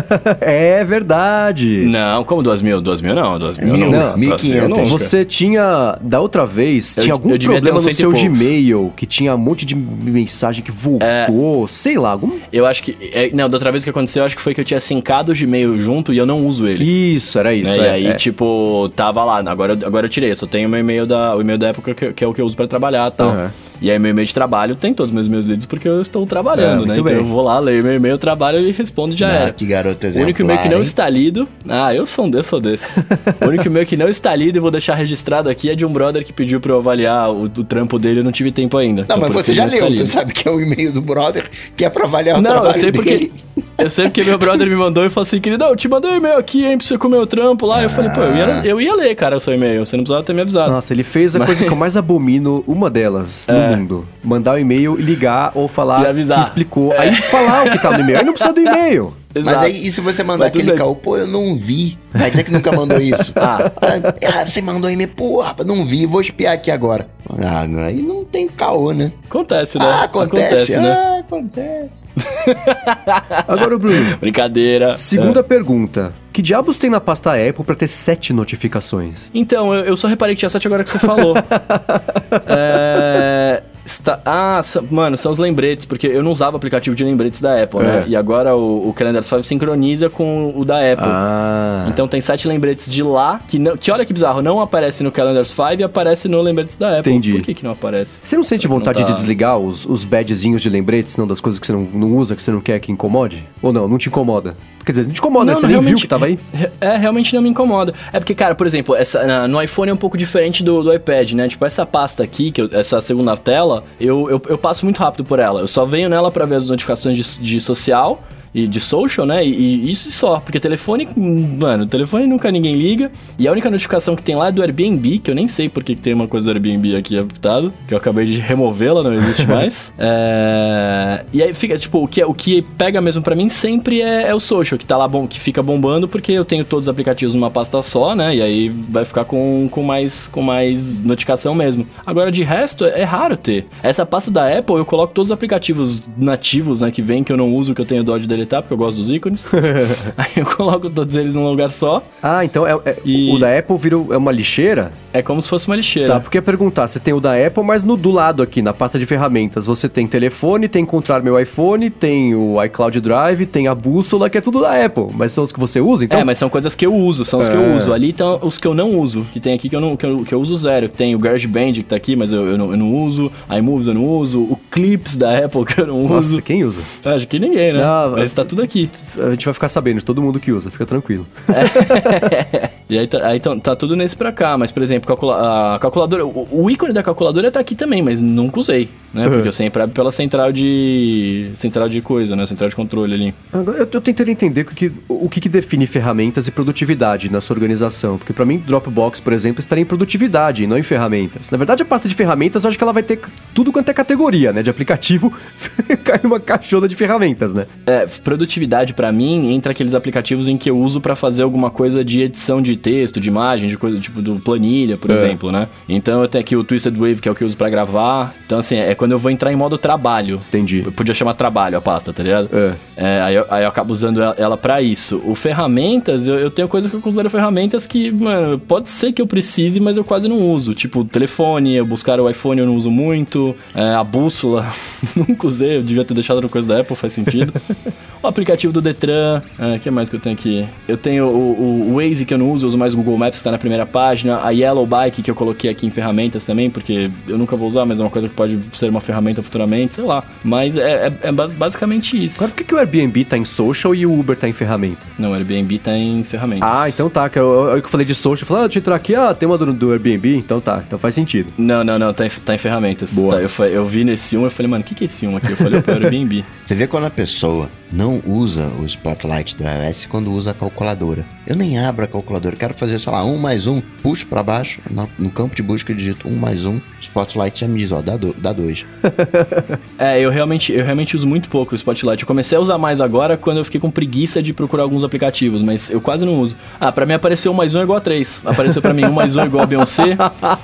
Speaker 1: É verdade.
Speaker 2: Não, como 2.000? 2.000 não, 2.000
Speaker 3: não. 1.500.
Speaker 1: Você tinha, da outra vez, tinha algum problema no seu Gmail, que tinha um monte de mensagem que voltou, sei lá, algum...
Speaker 2: Eu acho que... Não, da outra vez que aconteceu, eu acho que foi que eu tinha sincado o Gmail junto e eu não uso ele.
Speaker 1: Isso, era isso.
Speaker 2: E aí, tipo, tava lá. Agora eu tirei, eu só tenho o e-mail da época que é o que eu uso pra trabalhar e tal. E aí, meu e-mail de trabalho tem todos os meus e-mails lidos porque eu estou trabalhando, né? Então eu vou lá, leio meu e-mail, trabalho e respondo e já era.
Speaker 3: Que garoto exemplar,
Speaker 2: o único e-mail que não está lido... eu sou desses. O único e-mail que não está lido e vou deixar registrado aqui é de um brother que pediu pra eu avaliar o trampo dele, eu não tive tempo ainda.
Speaker 3: Não, mas você já leu, você sabe que é o e-mail do brother que é pra avaliar o trabalho dele.
Speaker 2: Eu sei porque meu brother me mandou e falou assim, queridão, eu te mandei um e-mail aqui, hein, pra você comer o trampo lá. Eu falei, pô, eu ia ler, cara, o seu e-mail, você não precisava ter me avisado.
Speaker 1: Nossa, ele fez a coisa que eu mais abomino, uma delas, no mundo. Mandar o e-mail, ligar ou falar
Speaker 2: e avisar.
Speaker 1: Que explicou. Aí falar o que tá no e-mail. Aí não precisa do e-mail.
Speaker 3: Mas aí, e se você mandar aquele caô, pô, eu não vi. Vai dizer que nunca mandou isso. Você mandou e-mail, porra, não vi, vou espiar aqui agora. Aí não tem caô, né?
Speaker 2: Acontece, né?
Speaker 3: Acontece,
Speaker 2: né?
Speaker 3: Acontece.
Speaker 1: Agora, Bruno.
Speaker 2: Brincadeira.
Speaker 1: Segunda pergunta. Que diabos tem na pasta Apple pra ter 7 notificações?
Speaker 2: Então, eu só reparei que tinha 7 agora que você falou. Mano, são os lembretes, porque eu não usava o aplicativo de lembretes da Apple, né? E agora o Calendar 5 sincroniza com o da Apple. Então tem 7 lembretes de lá, que olha que bizarro, não aparece no Calendar 5 e aparece no lembretes da Apple.
Speaker 1: Entendi.
Speaker 2: Por que não aparece?
Speaker 1: Você não sente vontade de desligar os badgezinhos de lembretes, não das coisas que você não usa, que você não quer que incomode? Ou não te incomoda? Quer dizer, não te incomoda, né? Você nem viu que tava aí.
Speaker 2: Realmente não me incomoda. É porque, cara, por exemplo, no iPhone é um pouco diferente do iPad, né? Tipo, essa pasta aqui, essa segunda tela, eu passo muito rápido por ela. Eu só venho nela pra ver as notificações de social e de social, né? E isso só. Porque telefone, mano, telefone nunca ninguém liga. E a única notificação que tem lá é do Airbnb, que eu nem sei porque que tem uma coisa do Airbnb aqui apitado, que eu acabei de removê-la, não existe mais. E aí fica, tipo, o que pega mesmo pra mim sempre é o social, que tá lá bom, que fica bombando, porque eu tenho todos os aplicativos numa pasta só, né? E aí vai ficar com mais notificação mesmo. Agora, de resto, é raro ter. Essa pasta da Apple, eu coloco todos os aplicativos nativos, né? Que vem, que eu não uso, que eu tenho dó de deletar, porque eu gosto dos ícones. Aí eu coloco todos eles num lugar só.
Speaker 1: Ah, então o da Apple é uma lixeira?
Speaker 2: É como se fosse uma lixeira.
Speaker 1: Tá, porque eu ia perguntar, você tem o da Apple, mas do lado aqui, na pasta de ferramentas, você tem telefone, tem encontrar meu iPhone, tem o iCloud Drive, tem a bússola, que é tudo da Apple. Mas são os que você usa, então?
Speaker 2: Mas são coisas que eu uso, são os que eu uso. Ali estão os que eu não uso, que tem aqui que eu uso zero. Tem o GarageBand que tá aqui, mas eu não uso. iMovies eu não uso. O Clips da Apple que eu não uso.
Speaker 1: Nossa, quem usa?
Speaker 2: Acho que ninguém, né?
Speaker 1: Não,
Speaker 2: mas tá tudo aqui.
Speaker 1: A gente vai ficar sabendo de todo mundo que usa, fica tranquilo.
Speaker 2: E aí tá tudo nesse pra cá, mas, por exemplo, a calculadora, o ícone da calculadora tá aqui também, mas nunca usei, né? Porque eu sempre abro pela central de coisa, né? Central de controle ali.
Speaker 1: Agora, eu tô tentando entender o que define ferramentas e produtividade na sua organização, porque pra mim, Dropbox, por exemplo, estaria em produtividade, não em ferramentas. Na verdade, a pasta de ferramentas, eu acho que ela vai ter tudo quanto é categoria, né? De aplicativo, cai numa caixona de ferramentas, né?
Speaker 2: Produtividade pra mim entra aqueles aplicativos em que eu uso pra fazer alguma coisa de edição de texto, de imagem, de coisa tipo do planilha, por exemplo, né? Então eu tenho aqui o Twisted Wave, que é o que eu uso pra gravar. Então, assim, é quando eu vou entrar em modo trabalho.
Speaker 1: Entendi.
Speaker 2: Eu podia chamar trabalho a pasta, tá ligado? Aí eu acabo usando ela pra isso. O ferramentas, eu tenho coisas que eu considero ferramentas que, mano, pode ser que eu precise, mas eu quase não uso. Tipo, o telefone, eu buscar o iPhone eu não uso muito. A bússola, nunca usei, eu devia ter deixado no coisa da Apple, faz sentido. O aplicativo do Detran, o que mais que eu tenho aqui? Eu tenho o Waze, que eu não uso, eu uso mais o Google Maps, que tá na primeira página. A Yellow Bike, que eu coloquei aqui em ferramentas também, porque eu nunca vou usar, mas é uma coisa que pode ser uma ferramenta futuramente, sei lá. Mas é basicamente isso.
Speaker 1: Agora, por que o Airbnb tá em social e o Uber tá em ferramentas?
Speaker 2: Não, o Airbnb tá em ferramentas.
Speaker 1: Ah, então tá, que eu falei de social, eu falei, deixa eu entrar aqui, tem uma do Airbnb, então tá, então faz sentido.
Speaker 2: Não, tá em ferramentas.
Speaker 1: Boa.
Speaker 2: Tá, eu vi nesse eu falei, mano, o que é esse aqui? Eu falei, o Airbnb.
Speaker 3: Você vê quando a pessoa não usa o Spotlight do iOS quando usa a calculadora. Eu nem abro a calculadora, quero fazer, sei lá, 1 mais 1, puxo pra baixo, no campo de busca eu digito 1 mais 1, Spotlight já me diz, dá 2.
Speaker 2: Eu realmente uso muito pouco o Spotlight. Eu comecei a usar mais agora quando eu fiquei com preguiça de procurar alguns aplicativos, mas eu quase não uso. Pra mim apareceu 1 mais 1 igual a 3. Apareceu pra mim 1 mais 1 igual a Beyoncé,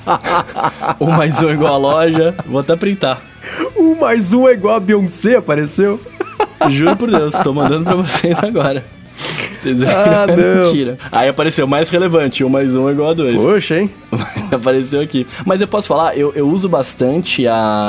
Speaker 2: 1 mais 1 igual a loja. Vou até printar.
Speaker 1: 1 mais 1 é igual a Beyoncé, apareceu?
Speaker 2: Juro por Deus, tô mandando pra vocês agora. Vocês verem que não é mentira. Aí apareceu mais relevante, 1 mais 1 é igual a 2.
Speaker 1: Poxa, hein?
Speaker 2: Apareceu aqui. Mas eu posso falar, eu uso bastante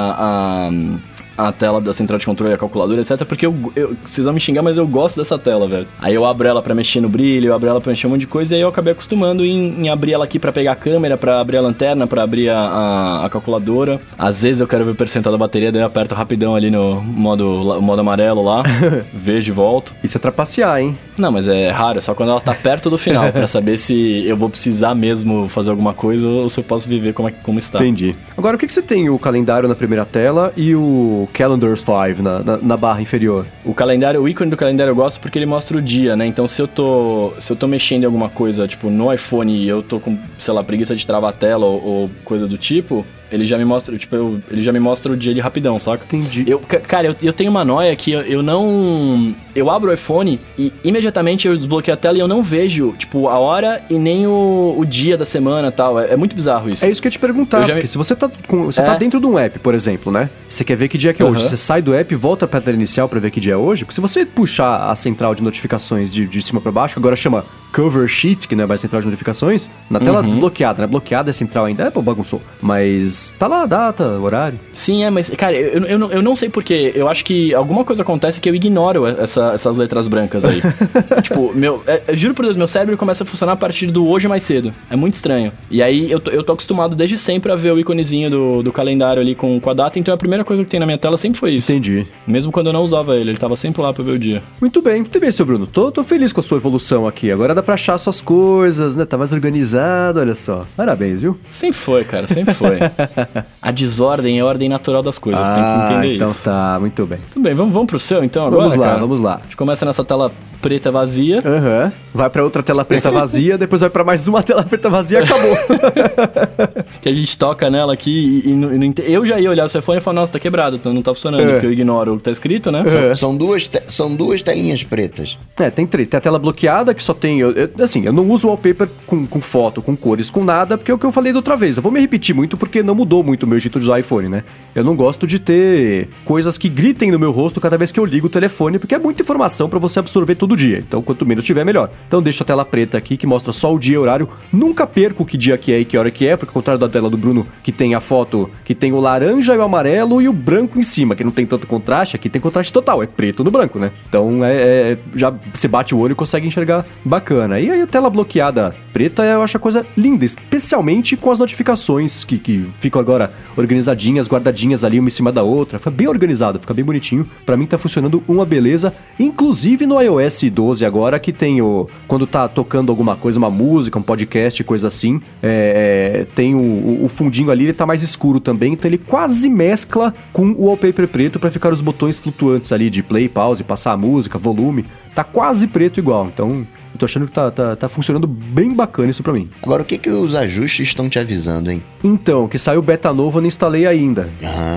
Speaker 2: a tela da central de controle, a calculadora, etc. Porque vocês vão me xingar, mas eu gosto dessa tela, velho. Aí eu abro ela pra mexer no brilho, eu abro ela pra mexer um monte de coisa, e aí eu acabei acostumando em abrir ela aqui pra pegar a câmera, pra abrir a lanterna, pra abrir a calculadora. Às vezes eu quero ver o percentual da bateria, daí eu aperto rapidão ali no modo amarelo lá, vejo e volto.
Speaker 1: Isso é trapacear, hein?
Speaker 2: Não, mas é raro, é só quando ela tá perto do final, pra saber se eu vou precisar mesmo fazer alguma coisa ou se eu posso viver como está.
Speaker 1: Entendi. Agora, o que você tem? O calendário na primeira tela e o Calendars 5 na barra inferior.
Speaker 2: O ícone do calendário eu gosto porque ele mostra o dia, né? Então se eu tô mexendo em alguma coisa, tipo, no iPhone e eu tô com, sei lá, preguiça de travar a tela ou coisa do tipo, ele já me mostra, ele já me mostra o dia ali rapidão, saca?
Speaker 1: Entendi.
Speaker 2: Eu tenho uma noia que eu abro o iPhone e imediatamente eu desbloqueio a tela e eu não vejo, tipo, a hora e nem o dia da semana e tal. É muito bizarro isso.
Speaker 1: É isso que eu ia te perguntar, porque se você tá dentro de um app, por exemplo, né? Você quer ver que dia que é hoje. Você sai do app e volta pra tela inicial pra ver que dia é hoje. Porque se você puxar a central de notificações de cima pra baixo, agora chama cover sheet, que não é mais central de notificações, na tela desbloqueada, né? Bloqueada é central ainda, bagunçou. Mas tá lá a data, horário.
Speaker 2: Sim, mas, cara, eu não sei porquê. Eu acho que alguma coisa acontece que eu ignoro essas letras brancas aí. Tipo, juro por Deus, meu cérebro começa a funcionar a partir do hoje mais cedo. É muito estranho. E aí eu tô acostumado desde sempre a ver o iconezinho do calendário ali com a data, então a primeira coisa que tem na minha tela sempre foi isso.
Speaker 1: Entendi.
Speaker 2: Mesmo quando eu não usava ele tava sempre lá pra ver o dia.
Speaker 1: Muito bem, seu Bruno. Tô feliz com a sua evolução aqui. Agora dá pra achar suas coisas, né? Tá mais organizado, olha só. Parabéns, viu?
Speaker 2: Sempre foi, cara, sempre foi. A desordem é a ordem natural das coisas, tem que entender
Speaker 1: então
Speaker 2: isso.
Speaker 1: Então tá, muito bem.
Speaker 2: Tudo bem, vamos pro seu então agora,
Speaker 1: Vamos lá.
Speaker 2: A gente começa nessa tela preta vazia.
Speaker 1: Vai pra outra tela preta vazia, depois vai pra mais uma tela preta vazia e acabou.
Speaker 2: Que a gente toca nela aqui e eu já ia olhar o seu iPhone e falar, nossa, tá quebrado, então não tá funcionando, porque eu ignoro o que tá escrito, né?
Speaker 3: São duas telinhas pretas.
Speaker 1: Tem três. Tem a tela bloqueada, que só tem... eu não uso wallpaper com foto, com cores, com nada, porque é o que eu falei da outra vez. Eu vou me repetir muito, porque não mudou muito o meu jeito de usar iPhone, né? Eu não gosto de ter coisas que gritem no meu rosto cada vez que eu ligo o telefone, porque é muita informação pra você absorver todo dia. Então, quanto menos tiver, melhor. Então, deixo a tela preta aqui, que mostra só o dia e o horário. Nunca perco que dia que é e que hora que é, porque ao contrário da tela do Bruno, que tem a foto, que tem o laranja e o amarelo e o branco em cima, que não tem tanto contraste, aqui tem contraste total, é preto no branco, né? Então, já se bate o olho e consegue enxergar bacana. E aí, a tela bloqueada preta, eu acho a coisa linda, especialmente com as notificações que ficam agora organizadinhas, guardadinhas ali, uma em cima da outra. Fica bem organizado, fica bem bonitinho. Pra mim, tá funcionando uma beleza. Inclusive no iOS 12 agora, que tem quando tá tocando alguma coisa, uma música, um podcast, coisa assim, tem o fundinho ali, ele tá mais escuro também, então ele quase mescla com o wallpaper preto pra ficar os botões flutuantes ali de play, pause, passar a música, volume. Tá quase preto igual, então eu tô achando que tá funcionando bem bacana isso pra mim.
Speaker 3: Agora, o que os ajustes estão te avisando, hein?
Speaker 1: Então, que saiu beta novo, eu não instalei ainda.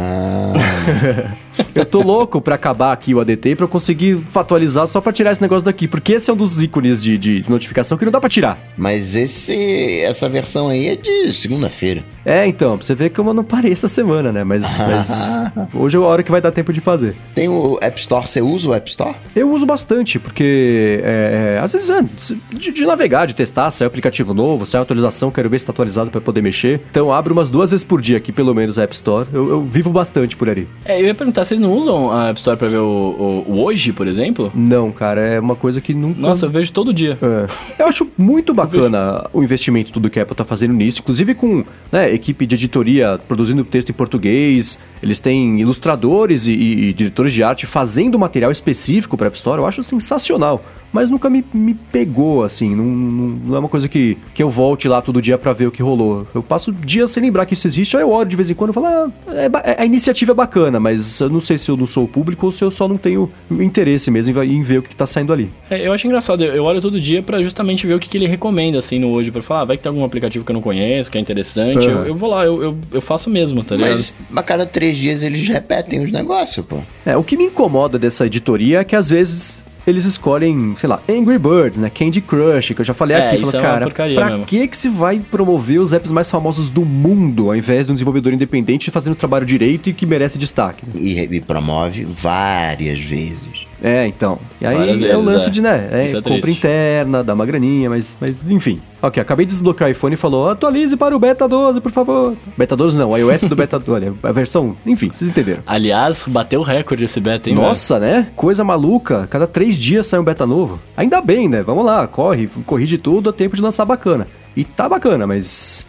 Speaker 1: Eu tô louco pra acabar aqui o ADT pra eu conseguir atualizar só pra tirar esse negócio daqui, porque esse é um dos ícones de notificação que não dá pra tirar.
Speaker 3: Mas essa versão aí é de segunda-feira.
Speaker 1: Então, pra você ver como eu não parei essa semana, né? Mas hoje é a hora que vai dar tempo de fazer.
Speaker 3: Tem o App Store, você usa o App Store?
Speaker 1: Eu uso bastante, porque às vezes de navegar, de testar, sai aplicativo novo, sai atualização, quero ver se tá atualizado pra poder mexer. Então eu abro umas 2 vezes por dia aqui, pelo menos, a App Store. Eu vivo bastante por ali.
Speaker 2: Eu ia perguntar, vocês não usam a App Store pra ver o hoje, por exemplo?
Speaker 1: Não, cara, é uma coisa que nunca...
Speaker 2: Nossa, eu vejo todo dia.
Speaker 1: Eu acho muito bacana o investimento, tudo que a Apple tá fazendo nisso, inclusive com equipe de editoria produzindo texto em português, eles têm ilustradores e diretores de arte fazendo material específico pra App Store, eu acho sensacional. Mas nunca me pegou, assim, não é uma coisa que eu volte lá todo dia pra ver o que rolou. Eu passo dias sem lembrar que isso existe, aí eu olho de vez em quando e falo, a iniciativa é bacana, mas eu não sei se eu não sou o público ou se eu só não tenho interesse mesmo em ver o que tá saindo ali.
Speaker 2: Eu acho engraçado, eu olho todo dia pra justamente ver o que ele recomenda, assim, no hoje, pra falar, vai que tem algum aplicativo que eu não conheço, que é interessante, eu vou lá, eu faço mesmo, tá ligado?
Speaker 3: Mas a cada 3 dias eles repetem os negócios, pô.
Speaker 1: O que me incomoda dessa editoria é que às vezes eles escolhem, sei lá, Angry Birds, né? Candy Crush, que eu já falei aqui.
Speaker 2: Isso
Speaker 1: cara,
Speaker 2: pra
Speaker 1: mesmo. Que se vai promover os apps mais famosos do mundo, ao invés de um desenvolvedor independente fazendo o trabalho direito e que merece destaque?
Speaker 3: E promove várias vezes.
Speaker 1: Então. E aí é o lance de, compra interna, dá uma graninha, mas enfim. Ok, acabei de desbloquear o iPhone e falou, atualize para o Beta 12, por favor. Beta 12 não, o iOS do Beta 12, olha, a versão, enfim, vocês entenderam.
Speaker 2: Aliás, bateu o recorde esse beta, hein,
Speaker 1: Nossa, né? Coisa maluca, cada 3 dias sai um beta novo. Ainda bem, né? Vamos lá, corrige tudo, dá tempo de lançar bacana. E tá bacana, mas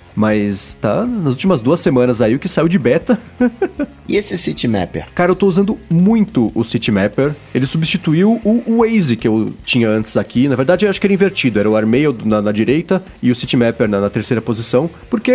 Speaker 1: tá nas últimas 2 semanas aí o que saiu de beta.
Speaker 3: E esse Citymapper?
Speaker 1: Cara, eu tô usando muito o Citymapper. Ele substituiu o Waze que eu tinha antes aqui. Na verdade, eu acho que era invertido. Era o Airmail na direita e o Citymapper na terceira posição. Porque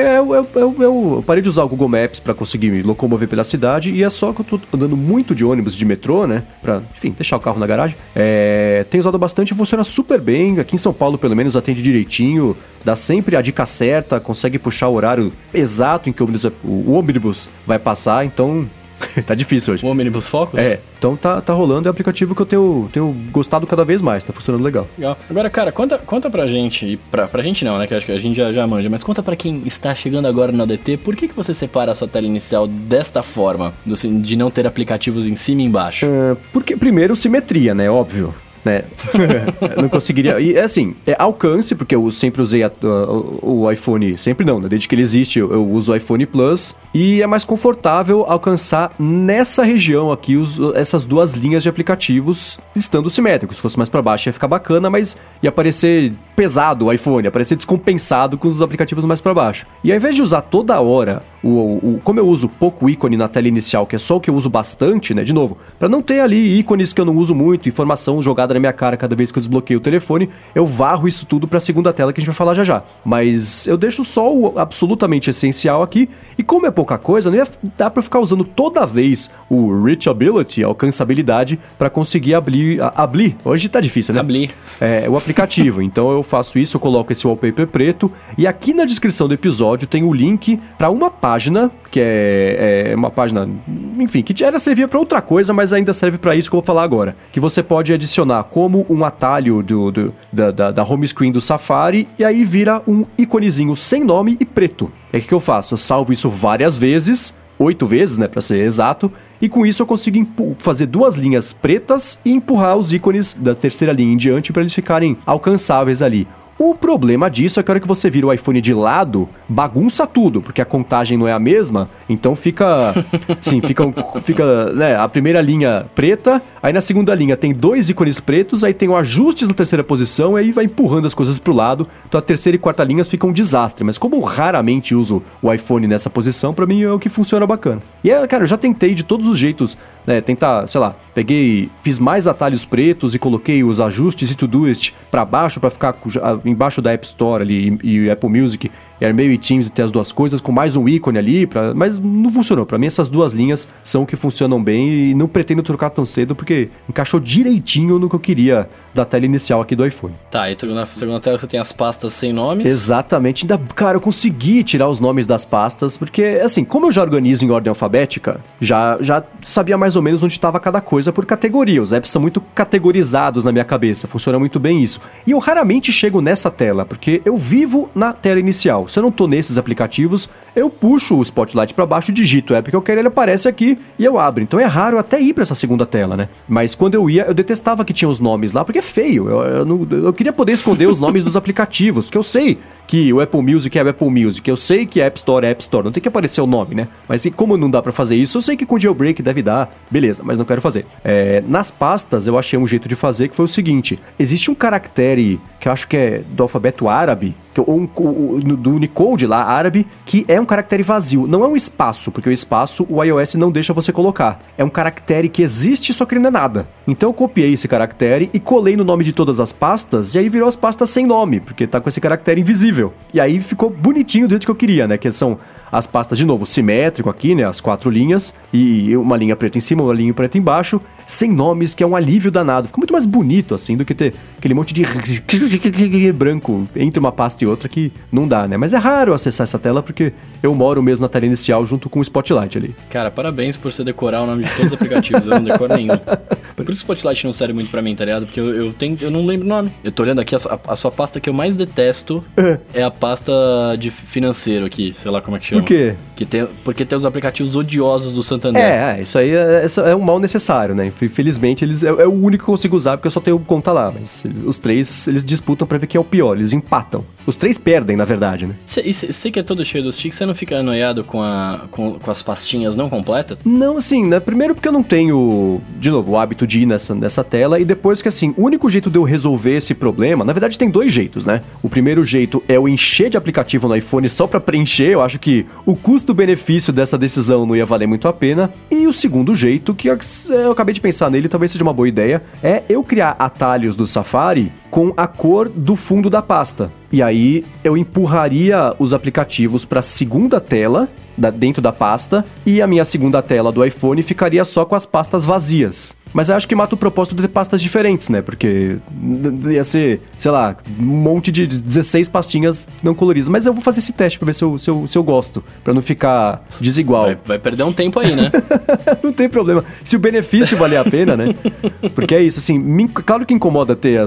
Speaker 1: eu parei de usar o Google Maps pra conseguir me locomover pela cidade. E é só que eu tô andando muito de ônibus, de metrô, né? Pra, enfim, deixar o carro na garagem. Tenho usado bastante e funciona super bem. Aqui em São Paulo, pelo menos, atende direitinho. Dá sempre a dica certa, consegue puxar o horário exato em que o ônibus vai passar, então tá difícil hoje.
Speaker 2: O Omnibus Focus?
Speaker 1: Então tá rolando, é um aplicativo que eu tenho gostado cada vez mais, tá funcionando legal.
Speaker 2: Agora, cara, conta pra gente, e pra gente não, né, que acho que a gente já manja, mas conta pra quem está chegando agora no ADT, por que você separa a sua tela inicial desta forma, de não ter aplicativos em cima e embaixo?
Speaker 1: Porque, primeiro, simetria, né, óbvio. né? Não conseguiria. E assim, alcance, porque eu sempre usei o iPhone, sempre não, né? Desde que ele existe, eu uso o iPhone Plus, e é mais confortável alcançar nessa região aqui essas duas linhas de aplicativos estando simétricos. Se fosse mais pra baixo ia ficar bacana, mas ia parecer pesado o iPhone, ia parecer descompensado com os aplicativos mais pra baixo. E ao invés de usar toda hora, como eu uso pouco ícone na tela inicial, que é só o que eu uso bastante, né? De novo, pra não ter ali ícones que eu não uso muito, informação jogada na minha cara cada vez que eu desbloqueio o telefone, eu varro isso tudo pra segunda tela que a gente vai falar já já. Mas eu deixo só o absolutamente essencial aqui, e como é pouca coisa, não ia dar pra eu ficar usando toda vez o Reachability, a alcançabilidade, pra conseguir abrir. Hoje tá difícil, né?
Speaker 2: Abrir.
Speaker 1: O aplicativo. Então eu faço isso, eu coloco esse wallpaper preto, e aqui na descrição do episódio tem o link pra uma página, que é uma página, enfim, que servia pra outra coisa, mas ainda serve pra isso que eu vou falar agora. Que você pode adicionar como um atalho da home screen do Safari, e aí vira um iconezinho sem nome e preto. É o que eu faço? Eu salvo isso várias vezes, 8 vezes, né, pra ser exato, e com isso eu consigo fazer 2 linhas pretas e empurrar os ícones da terceira linha em diante para eles ficarem alcançáveis ali. O problema disso é que a hora que você vira o iPhone de lado, bagunça tudo, porque a contagem não é a mesma, então fica, sim, fica, né, a primeira linha preta, aí na segunda linha tem 2 ícones pretos, aí tem o ajustes na terceira posição, e aí vai empurrando as coisas pro lado, então a terceira e quarta linhas ficam um desastre, mas como eu raramente uso o iPhone nessa posição, pra mim é o que funciona bacana. E cara, eu já tentei de todos os jeitos, né, tentar, sei lá, fiz mais atalhos pretos e coloquei os ajustes e Todoist pra baixo, pra ficar embaixo da App Store ali e Apple Music, AirMail e Teams, e ter as duas coisas com mais um ícone ali, mas não funcionou. Pra mim essas 2 linhas são que funcionam bem, e não pretendo trocar tão cedo porque encaixou direitinho no que eu queria da tela inicial aqui do iPhone.
Speaker 2: Tá, e na segunda tela você tem as pastas sem nomes?
Speaker 1: Exatamente. Ainda, cara, eu consegui tirar os nomes das pastas, porque assim, como eu já organizo em ordem alfabética, já sabia mais ou menos onde estava cada coisa por categoria. Os apps são muito categorizados na minha cabeça, funciona muito bem isso. E eu raramente chego nessa tela, porque eu vivo na tela inicial. Se eu não tô nesses aplicativos, eu puxo o Spotlight pra baixo, digito o app que eu quero, ele aparece aqui e eu abro. Então é raro até ir pra essa segunda tela, né? Mas quando eu ia, eu detestava que tinha os nomes lá, porque é feio. Eu queria poder esconder os nomes dos aplicativos, porque eu sei que o Apple Music é o Apple Music, eu sei que App Store é App Store, não tem que aparecer o nome, né? Mas como não dá pra fazer isso, eu sei que com jailbreak deve dar, beleza, mas não quero fazer. Nas pastas, eu achei um jeito de fazer que foi o seguinte: existe um caractere que eu acho que é do alfabeto árabe, do Unicode lá, árabe, que é um caractere vazio. Não é um espaço, porque o espaço o iOS não deixa você colocar. É um caractere que existe, só que ele não é nada. Então eu copiei esse caractere e colei no nome de todas as pastas, e aí virou as pastas sem nome, porque tá com esse caractere invisível. E aí ficou bonitinho do jeito que eu queria, né? Que são as pastas, de novo, simétrico aqui, né? As 4 linhas, e uma linha preta em cima, uma linha preta embaixo, sem nomes, que é um alívio danado. Fica muito mais bonito, assim, do que ter aquele monte de branco entre uma pasta e outra, que não dá, né? Mas é raro acessar essa tela, porque eu moro mesmo na tela inicial junto com o Spotlight ali.
Speaker 2: Cara, parabéns por você decorar o nome de todos os aplicativos, eu não decoro nenhum. Por isso o Spotlight não serve muito pra mim, tá ligado? Porque eu não lembro o nome. Eu tô olhando aqui, a sua pasta que eu mais detesto é a pasta de financeiro aqui, sei lá como é que chama.
Speaker 1: Por quê?
Speaker 2: Porque tem os aplicativos odiosos do Santander.
Speaker 1: Isso aí é um mal necessário, né? Infelizmente, é o único que eu consigo usar, porque eu só tenho conta lá. Mas os 3, eles disputam pra ver quem é o pior, eles empatam. Os 3 perdem, na verdade, né?
Speaker 2: Você que é todo cheio dos tics, você não fica anoiado com as pastinhas não completas?
Speaker 1: Não, assim, né? Primeiro porque eu não tenho, de novo, o hábito de ir nessa tela, e depois que, assim, o único jeito de eu resolver esse problema, na verdade tem 2 jeitos, né? O primeiro jeito é eu encher de aplicativo no iPhone só pra preencher, eu acho que o custo-benefício dessa decisão não ia valer muito a pena. E o segundo jeito, que eu acabei de pensar nele, talvez seja uma boa ideia, é eu criar atalhos do Safari com a cor do fundo da pasta. E aí eu empurraria os aplicativos para a segunda tela dentro da pasta, e a minha segunda tela do iPhone ficaria só com as pastas vazias. Mas eu acho que mata o propósito de ter pastas diferentes, né? Porque ia ser, sei lá, um monte de 16 pastinhas não coloridas. Mas eu vou fazer esse teste pra ver se eu gosto, pra não ficar desigual.
Speaker 2: Vai perder um tempo aí, né?
Speaker 1: Não tem problema. Se o benefício valer a pena, né? Porque é isso, assim, claro que incomoda ter as coisas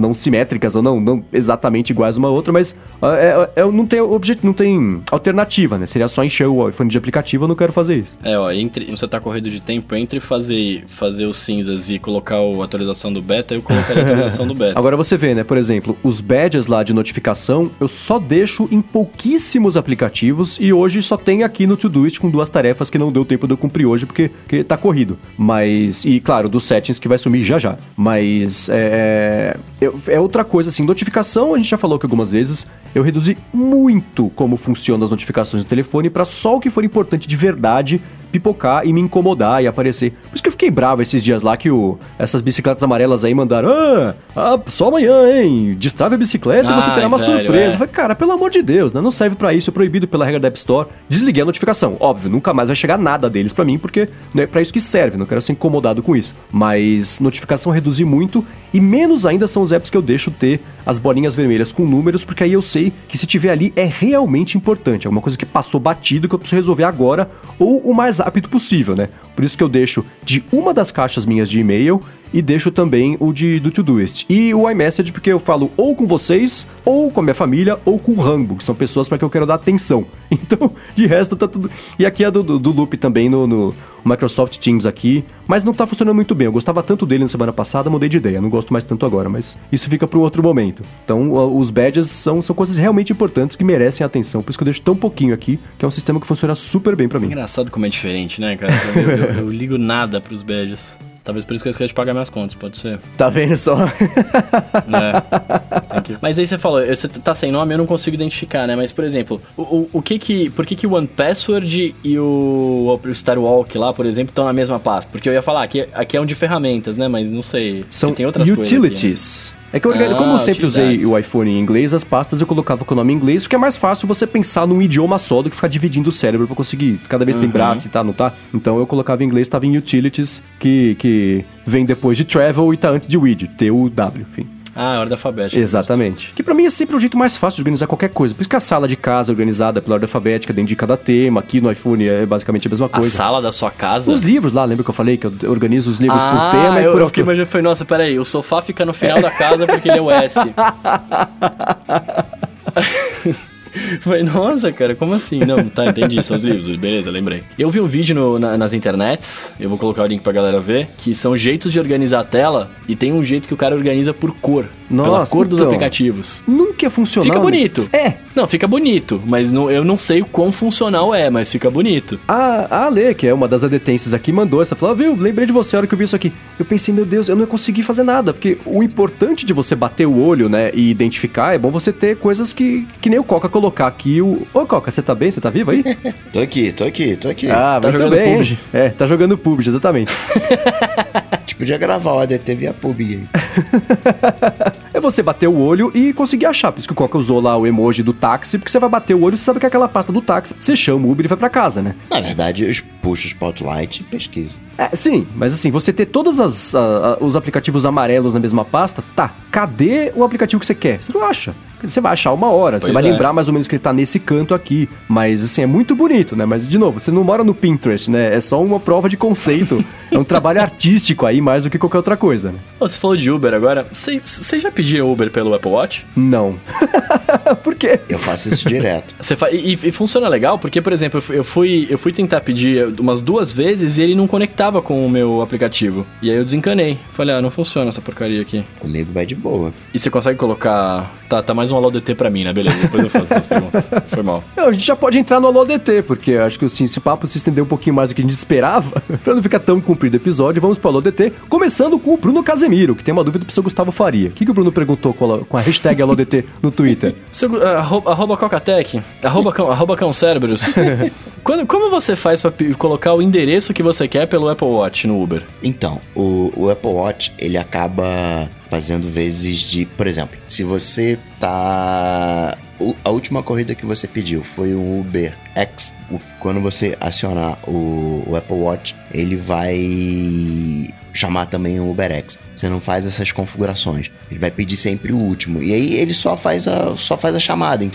Speaker 1: não simétricas ou não exatamente iguais uma a outra, mas não tem alternativa, né? Seria só encher o iPhone de aplicativo, eu não quero fazer isso.
Speaker 2: Entre você tá corrido de tempo, entre fazer os cinzas e colocar a atualização do beta, eu colocaria a atualização do beta.
Speaker 1: Agora você vê, né? Por exemplo, os badges lá de notificação, eu só deixo em pouquíssimos aplicativos e hoje só tem aqui no Todoist com 2 tarefas que não deu tempo de eu cumprir hoje porque tá corrido. Mas, e claro, dos settings que vai sumir já. Mas é outra coisa, assim, notificação, a gente já falou que algumas vezes eu reduzi muito como funcionam as notificações do telefone para só o que for importante de verdade pipocar e me incomodar e aparecer. Por isso que eu fiquei bravo esses dias lá que essas bicicletas amarelas aí mandaram só amanhã, hein? Destrave a bicicleta e você terá uma surpresa. Eu falei, cara, pelo amor de Deus, né? Não serve pra isso, é proibido pela regra da App Store. Desliguei a notificação. Óbvio, nunca mais vai chegar nada deles pra mim, porque não é pra isso que serve, não quero ser incomodado com isso. Mas notificação reduzi muito e menos ainda são os apps que eu deixo ter as bolinhas vermelhas com números, porque aí eu sei que se tiver ali é realmente importante, alguma coisa que passou batido que eu preciso resolver agora ou o mais rápido possível, né? Por isso que eu deixo de uma das caixas minhas de e-mail e deixo também o do Todoist. E o iMessage porque eu falo ou com vocês, ou com a minha família, ou com o Rambo, que são pessoas para que eu quero dar atenção. Então, de resto, tá tudo... E aqui é do Loop também no Microsoft Teams aqui, mas não tá funcionando muito bem. Eu gostava tanto dele na semana passada, mudei de ideia. Não gosto mais tanto agora, mas isso fica para um outro momento. Então, os badges são coisas realmente importantes que merecem atenção. Por isso que eu deixo tão pouquinho aqui, que é um sistema que funciona super bem para mim.
Speaker 2: Engraçado como é diferente, né, cara? Eu ligo nada pros badges. Talvez por isso que eu esqueci de pagar minhas contas, pode ser.
Speaker 1: Tá vendo só?
Speaker 2: Mas aí você falou, você tá sem nome, eu não consigo identificar, né? Mas, por exemplo, por que o OnePassword e o Starwalk lá, por exemplo, estão na mesma pasta? Porque eu ia falar, aqui é um de ferramentas, né? Mas não sei.
Speaker 1: São
Speaker 2: tem outras
Speaker 1: utilities.
Speaker 2: Coisas aqui, né?
Speaker 1: É que como eu sempre usei o iPhone em inglês, as pastas eu colocava com o nome em inglês, porque é mais fácil você pensar num idioma só do que ficar dividindo o cérebro pra conseguir cada vez lembrar se tá, não tá. Então eu colocava em inglês, tava em Utilities, que vem depois de Travel e tá antes de Widget, T-U-W, enfim.
Speaker 2: Ah, ordem alfabética.
Speaker 1: Exatamente. Que pra mim é sempre o jeito mais fácil de organizar qualquer coisa. Por isso que a sala de casa é organizada pela ordem alfabética dentro de cada tema. Aqui no iPhone é basicamente a mesma coisa.
Speaker 2: A sala da sua casa?
Speaker 1: Os livros lá, lembra que eu falei que eu organizo os livros por tema e por...
Speaker 2: Eu fiquei imaginando, foi, nossa, peraí, o sofá fica no final da casa porque ele é o S. Falei, nossa, cara, como assim? Não, tá, entendi, são os livros, beleza, lembrei. Eu vi um vídeo nas internets, eu vou colocar o link pra galera ver, que são jeitos de organizar a tela, e tem um jeito que o cara organiza por cor. Nossa, pela cor dos aplicativos.
Speaker 1: Nunca funcionou.
Speaker 2: Fica bonito.
Speaker 1: É.
Speaker 2: Não, fica bonito, mas eu não sei o quão funcional é, mas fica bonito.
Speaker 1: A Ale, que é uma das adetências aqui, mandou essa, falou, viu, lembrei de você a hora que eu vi isso aqui. Eu pensei, meu Deus, eu não ia conseguir fazer nada, porque o importante de você bater o olho, né, e identificar, é bom você ter coisas que nem o Coca colocar aqui o... Ô, Coca, você tá bem? Você tá vivo aí?
Speaker 3: Tô aqui.
Speaker 1: Ah,
Speaker 3: tá
Speaker 1: muito bem, PUBG. Tá jogando PUBG, exatamente.
Speaker 3: Podia gravar o ADT via PUBG aí.
Speaker 1: É você bater o olho e conseguir achar. Por isso que o Coca usou lá o emoji do táxi, porque você vai bater o olho e você sabe que é aquela pasta do táxi. Você chama o Uber e vai pra casa, né?
Speaker 3: Na verdade, eu puxo o Spotlight e pesquiso.
Speaker 1: Sim, mas assim, você ter todos os aplicativos amarelos na mesma pasta, tá, cadê o aplicativo que você quer? Você não acha. Você vai achar uma hora, você vai lembrar mais ou menos que ele tá nesse canto aqui. Mas assim, é muito bonito, né? Mas de novo, você não mora no Pinterest, né? É só uma prova de conceito. É um trabalho artístico aí, mais do que qualquer outra coisa, né?
Speaker 2: Você falou de Uber agora. Você já pediu Uber pelo Apple Watch?
Speaker 1: Não. Por quê?
Speaker 3: Eu faço isso direto.
Speaker 2: E funciona legal, porque, por exemplo, eu fui tentar pedir umas 2 vezes e ele não conectava com o meu aplicativo. E aí eu desencanei. Falei, não funciona essa porcaria aqui.
Speaker 3: Comigo vai de boa.
Speaker 2: E você consegue colocar... Tá mais um Alô DT pra mim, né? Beleza, depois eu faço essas perguntas. Foi mal.
Speaker 1: A gente já pode entrar no Alô DT, porque acho que assim, esse papo se estendeu um pouquinho mais do que a gente esperava. Pra não ficar tão comprido o episódio, vamos pro Alô DT, começando com o Bruno Casemiro, que tem uma dúvida pro seu Gustavo Faria. O que o Bruno perguntou com a hashtag Alô DT no Twitter?
Speaker 2: Arroba Cocatec, arroba Cãocérebros. Como você faz pra colocar o endereço que você quer pelo Apple Watch no Uber?
Speaker 3: Então, o Apple Watch, ele acaba fazendo vezes de... Por exemplo, se você tá... A última corrida que você pediu foi um Uber X. Quando você acionar o Apple Watch, ele vai chamar também o Uber X. Você não faz essas configurações. Ele vai pedir sempre o último. E aí ele só faz a chamada, entendeu?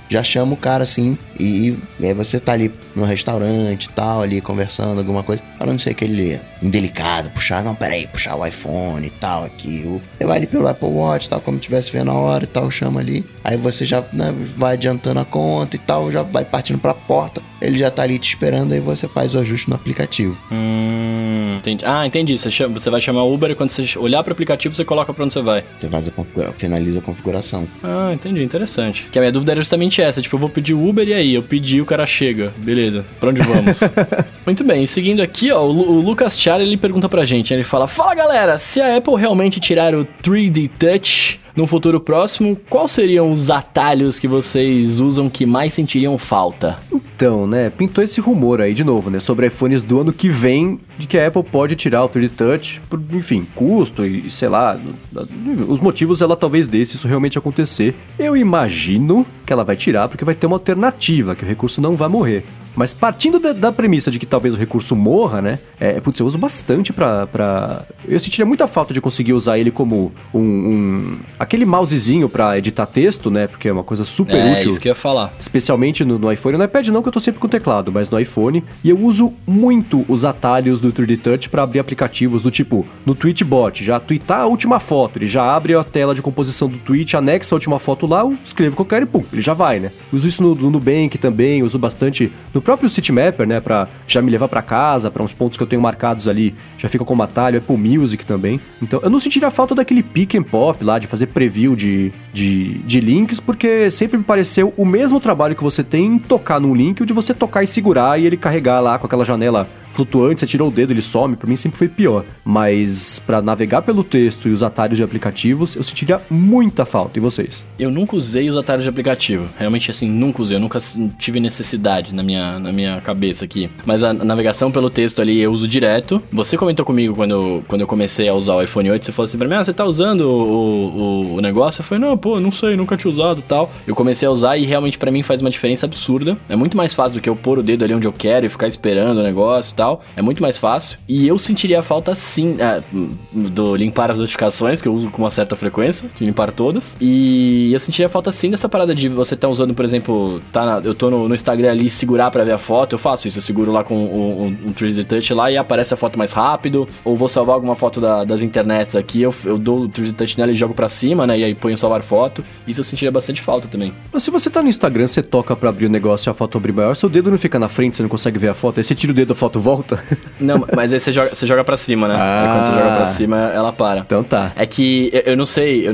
Speaker 3: já chama o cara assim, e aí você tá ali no restaurante e tal, ali conversando, alguma coisa, para não ser aquele indelicado, puxar o iPhone e tal, aqui. Você vai ali pelo Apple Watch, tal, como tivesse vendo a hora e tal, chama ali. Aí você já, né, vai adiantando a conta e tal, já vai partindo pra porta, ele já tá ali te esperando, aí você faz o ajuste no aplicativo.
Speaker 2: Entendi. Entendi. Você vai chamar o Uber e quando você olhar pro aplicativo, você coloca pra onde você vai.
Speaker 3: Você faz finaliza a configuração.
Speaker 2: Entendi. Interessante. Porque a minha dúvida era justamente essa. Tipo, eu vou pedir o Uber e aí? Eu pedi, o cara chega. Beleza. Pra onde vamos? Muito bem. Seguindo aqui, ó, o Lucas Charlie, ele pergunta pra gente. Ele fala, fala galera, se a Apple realmente tirar o 3D Touch no futuro próximo, quais seriam os atalhos que vocês usam que mais sentiriam falta?
Speaker 1: Então, né, pintou esse rumor aí de novo, né, sobre iPhones do ano que vem, de que a Apple pode tirar o 3D Touch por, enfim, custo e sei lá, os motivos ela talvez dê se isso realmente acontecer. Eu imagino que ela vai tirar porque vai ter uma alternativa, que o recurso não vai morrer. Mas partindo da premissa de que talvez o recurso morra, né? Eu uso bastante pra... Eu sentiria muita falta de conseguir usar ele como aquele mousezinho pra editar texto, né? Porque é uma coisa super útil.
Speaker 2: É isso que eu ia falar.
Speaker 1: Especialmente no iPhone. No iPad não, que eu tô sempre com o teclado, mas no iPhone. E eu uso muito os atalhos do 3D Touch pra abrir aplicativos do tipo, no Tweetbot, já tweetar a última foto, ele já abre a tela de composição do tweet, anexa a última foto lá, eu escrevo qualquer e pum, ele já vai, né? Uso isso no Nubank também, uso bastante no próprio Citymapper, né, pra já me levar pra casa, pra uns pontos que eu tenho marcados ali, já fica como atalho, Apple Music também. Então, eu não sentiria falta daquele pick and pop lá, de fazer preview de links, porque sempre me pareceu o mesmo trabalho que você tem em tocar num link, o de você tocar e segurar e ele carregar lá com aquela janela flutuante, você tirou o dedo, ele some, pra mim sempre foi pior. Mas pra navegar pelo texto e os atalhos de aplicativos, eu sentiria muita falta. E vocês?
Speaker 2: Eu nunca usei os atalhos de aplicativo. Realmente, assim, nunca usei. Eu nunca tive necessidade na minha cabeça aqui. Mas a navegação pelo texto ali eu uso direto. Você comentou comigo quando eu comecei a usar o iPhone 8, você falou assim pra mim, você tá usando o negócio? Eu falei, não sei, nunca tinha usado e tal. Eu comecei a usar e realmente pra mim faz uma diferença absurda. É muito mais fácil do que eu pôr o dedo ali onde eu quero e ficar esperando o negócio e tal. É muito mais fácil. E eu sentiria falta sim do limpar as notificações, que eu uso com uma certa frequência, de limpar todas. E eu sentiria falta sim dessa parada de você tá usando, por exemplo, eu tô no Instagram ali, segurar pra ver a foto. Eu faço isso, eu seguro lá com um 3D Touch lá e aparece a foto mais rápido. Ou vou salvar alguma foto das internets aqui, eu dou o 3D Touch nela e jogo pra cima, né? E aí ponho salvar foto. Isso eu sentiria bastante falta também.
Speaker 1: Mas se você tá no Instagram, você toca pra abrir o negócio e a foto abrir maior, seu dedo não fica na frente, você não consegue ver a foto. Aí você tira o dedo, a foto volta.
Speaker 2: Não, mas aí você joga pra cima, né? Aí quando você joga pra cima, ela para.
Speaker 1: Então tá.
Speaker 2: É que eu não sei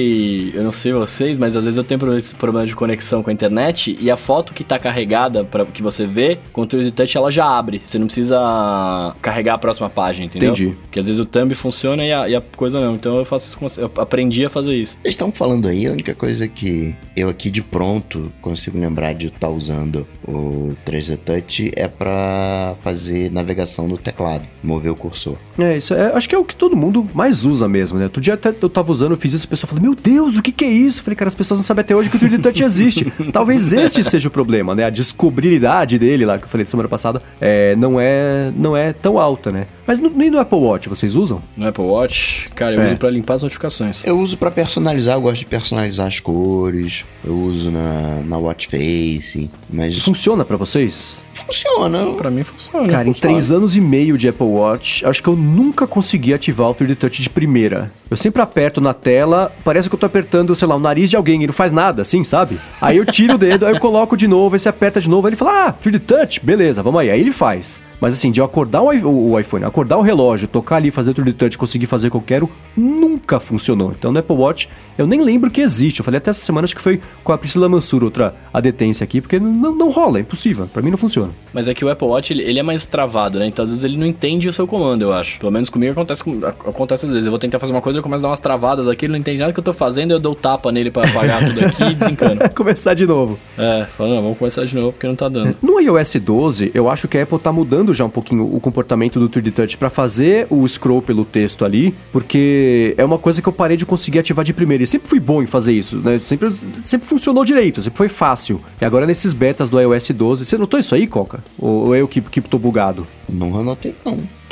Speaker 2: vocês, mas às vezes eu tenho esse problema de conexão com a internet e a foto que tá carregada, que você vê, com o 3D Touch, ela já abre. Você não precisa carregar a próxima página, entendeu?
Speaker 1: Entendi.
Speaker 2: Porque às vezes o thumb funciona e a coisa não. Então eu faço isso, eu aprendi a fazer isso.
Speaker 3: Vocês estão falando aí, a única coisa que eu aqui de pronto consigo lembrar de estar usando o 3D Touch é pra fazer navegação no teclado, mover o cursor.
Speaker 1: Isso acho que é o que todo mundo mais usa mesmo, né? Outro dia até eu tava usando, eu fiz isso, o pessoal falou, meu Deus, o que é isso? Eu falei, cara, as pessoas não sabem até hoje que o 3D Touch existe. Talvez este seja o problema, né? A descobribilidade dele lá, que eu falei semana passada, não é tão alta, né? Mas nem no Apple Watch, vocês usam?
Speaker 2: No Apple Watch, cara, eu uso pra limpar as notificações.
Speaker 3: Eu uso pra personalizar, eu gosto de personalizar as cores, eu uso na Watch Face, mas...
Speaker 1: Funciona pra vocês?
Speaker 3: Funciona.
Speaker 2: Pra mim funciona.
Speaker 1: Cara, em 3 anos e meio de Apple Watch, acho que eu nunca consegui ativar o 3D Touch de primeira. Eu sempre aperto na tela, parece que eu tô apertando, sei lá, o nariz de alguém, ele não faz nada, assim, sabe? Aí eu tiro o dedo, aí eu coloco de novo, aí você aperta de novo, aí ele fala, 3D Touch, beleza, vamos aí. Aí ele faz. Mas assim, de eu acordar o iPhone, acordar o relógio, tocar ali, fazer o 3D Touch, conseguir fazer o que eu quero, nunca funcionou. Então no Apple Watch, eu nem lembro que existe. Eu falei até essa semana, acho que foi com a Priscila Mansur, outra adetência aqui, porque não rola, é impossível. Pra mim não funciona.
Speaker 2: Mas é que o Apple Watch, ele é mais travado, né? Então às vezes ele não entende o seu comando, eu acho. Pelo menos comigo acontece às vezes. Eu vou tentar fazer uma coisa, eu começo a dar umas travadas aqui, ele não entende nada que eu tô fazendo, eu dou tapa nele pra apagar tudo aqui e desencana.
Speaker 1: Começar de novo.
Speaker 2: Falando, vamos começar de novo porque não tá dando.
Speaker 1: No iOS 12, eu acho que a Apple tá mudando já um pouquinho o comportamento do 3D Touch pra fazer o scroll pelo texto ali, porque é uma coisa que eu parei de conseguir ativar de primeira. E sempre fui bom em fazer isso, né? Sempre funcionou direito, sempre foi fácil. E agora nesses betas do iOS 12, você notou isso aí, Coca? Ou eu que tô bugado?
Speaker 3: Não anotei, não.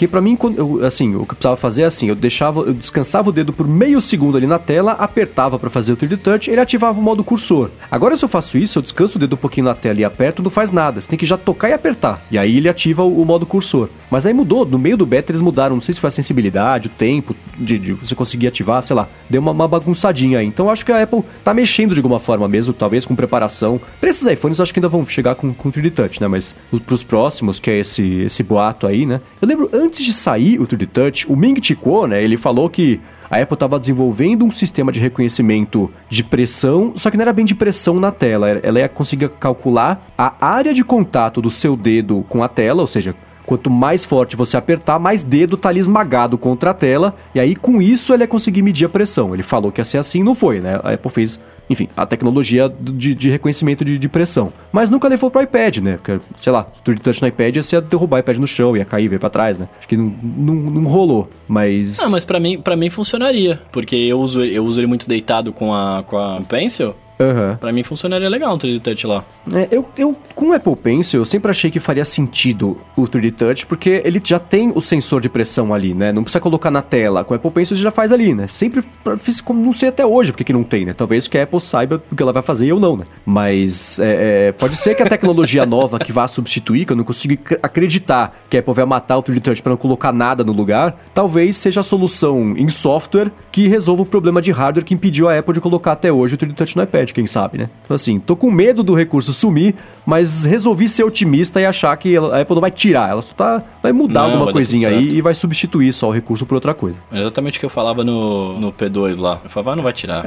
Speaker 1: Porque pra mim, o que eu precisava fazer é assim, eu descansava o dedo por meio segundo ali na tela, apertava pra fazer o 3D Touch, ele ativava o modo cursor. Agora se eu faço isso, eu descanso o dedo um pouquinho na tela e aperto, não faz nada. Você tem que já tocar e apertar. E aí ele ativa o modo cursor. Mas aí mudou, no meio do beta eles mudaram, não sei se foi a sensibilidade, o tempo de você conseguir ativar, sei lá, deu uma bagunçadinha aí. Então eu acho que a Apple tá mexendo de alguma forma mesmo, talvez com preparação. Pra esses iPhones eu acho que ainda vão chegar com 3D Touch, né? Mas pros próximos, que é esse boato aí, né? Eu lembro, antes de sair o 3D Touch, o Ming-Chi Kuo, né? Ele falou que a Apple estava desenvolvendo um sistema de reconhecimento de pressão, só que não era bem de pressão na tela. Ela ia conseguir calcular a área de contato do seu dedo com a tela, ou seja, quanto mais forte você apertar, mais dedo tá ali esmagado contra a tela, e aí com isso ele ia conseguir medir a pressão. Ele falou que ia ser assim, não foi, né? A Apple fez, enfim, a tecnologia de reconhecimento de pressão. Mas nunca levou pro iPad, né? Porque, sei lá, 3D Touch no iPad ia derrubar o iPad no chão, ia cair, ia pra trás, né? Acho que não rolou, mas...
Speaker 2: Ah, mas pra mim funcionaria, porque eu uso ele muito deitado com a Pencil.
Speaker 1: Uhum.
Speaker 2: Pra mim funcionaria legal um 3D Touch lá.
Speaker 1: Eu com o Apple Pencil, eu sempre achei que faria sentido o 3D Touch, porque ele já tem o sensor de pressão ali, né? Não precisa colocar na tela. Com o Apple Pencil já faz ali, né? Sempre fiz como, não sei até hoje porque que não tem, né? Talvez que a Apple saiba o que ela vai fazer e eu não, né? Mas pode ser que a tecnologia nova que vá substituir, que eu não consigo acreditar que a Apple vai matar o 3D Touch pra não colocar nada no lugar, talvez seja a solução em software que resolva o problema de hardware que impediu a Apple de colocar até hoje o 3D Touch no iPad, quem sabe, né? Então assim, tô com medo do recurso sumir, mas resolvi ser otimista e achar que a Apple não vai tirar, ela só vai mudar alguma coisinha aí e vai substituir só o recurso por outra coisa.
Speaker 2: É exatamente o que eu falava no P2 lá. Eu falava, não vai tirar.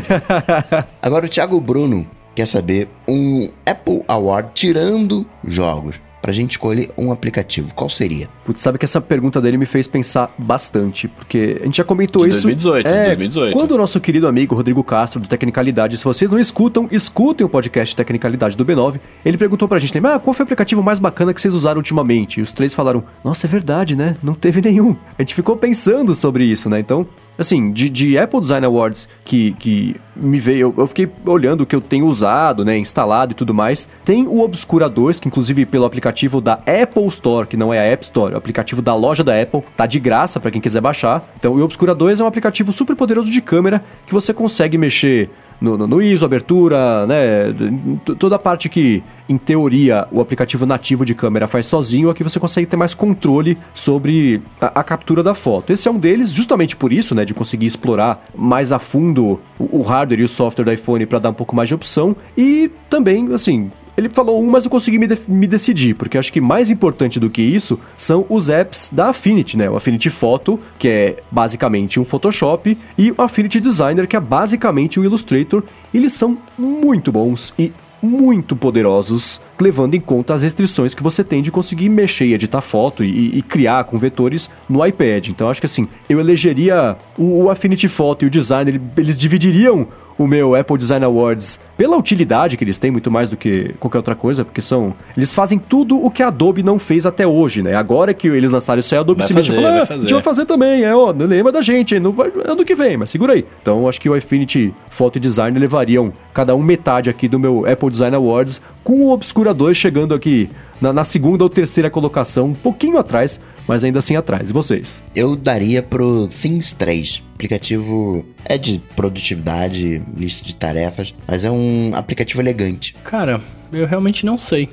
Speaker 3: Agora o Thiago Bruno quer saber um Apple Award tirando jogos. Pra gente escolher um aplicativo, qual seria?
Speaker 1: Putz, sabe que essa pergunta dele me fez pensar bastante, porque a gente já comentou isso...
Speaker 2: 2018.
Speaker 1: Quando o nosso querido amigo Rodrigo Castro, do Tecnicalidade, se vocês não escutem o podcast Tecnicalidade do B9, ele perguntou pra gente, qual foi o aplicativo mais bacana que vocês usaram ultimamente? E os três falaram, nossa, é verdade, né? Não teve nenhum. A gente ficou pensando sobre isso, né? Então... Assim, de Apple Design Awards que me veio, eu fiquei olhando o que eu tenho usado, né, instalado e tudo mais. Tem o Obscura 2, que inclusive pelo aplicativo da Apple Store, que não é a App Store, é o aplicativo da loja da Apple, tá de graça pra quem quiser baixar. Então, o Obscura 2 é um aplicativo super poderoso de câmera que você consegue mexer no ISO, abertura, né, toda a parte que, em teoria, o aplicativo nativo de câmera faz sozinho, aqui você consegue ter mais controle sobre a captura da foto. Esse é um deles, justamente por isso, né, de conseguir explorar mais a fundo o hardware e o software do iPhone para dar um pouco mais de opção. E também, assim... Ele falou mas eu consegui me decidir, porque eu acho que mais importante do que isso são os apps da Affinity, né? O Affinity Photo, que é basicamente um Photoshop, e o Affinity Designer, que é basicamente um Illustrator. Eles são muito bons e muito poderosos, levando em conta as restrições que você tem de conseguir mexer e editar foto e criar com vetores no iPad. Então acho que assim, eu elegeria o Affinity Photo e o Designer, eles dividiriam o meu Apple Design Awards pela utilidade que eles têm, muito mais do que qualquer outra coisa, porque eles fazem tudo o que a Adobe não fez até hoje, né? Agora que eles lançaram isso aí, a Adobe se mexeu e falou, a gente vai fazer também, não lembra da gente, não vai, ano que vem, mas segura aí. Então, acho que o Affinity Photo e Design levariam cada um metade aqui do meu Apple Design Awards, com o Obscura 2 chegando aqui na segunda ou terceira colocação, um pouquinho atrás, mas ainda assim atrás. E vocês?
Speaker 3: Eu daria pro Things 3. Aplicativo é de produtividade, lista de tarefas, mas é um aplicativo elegante.
Speaker 2: Cara, eu realmente não sei.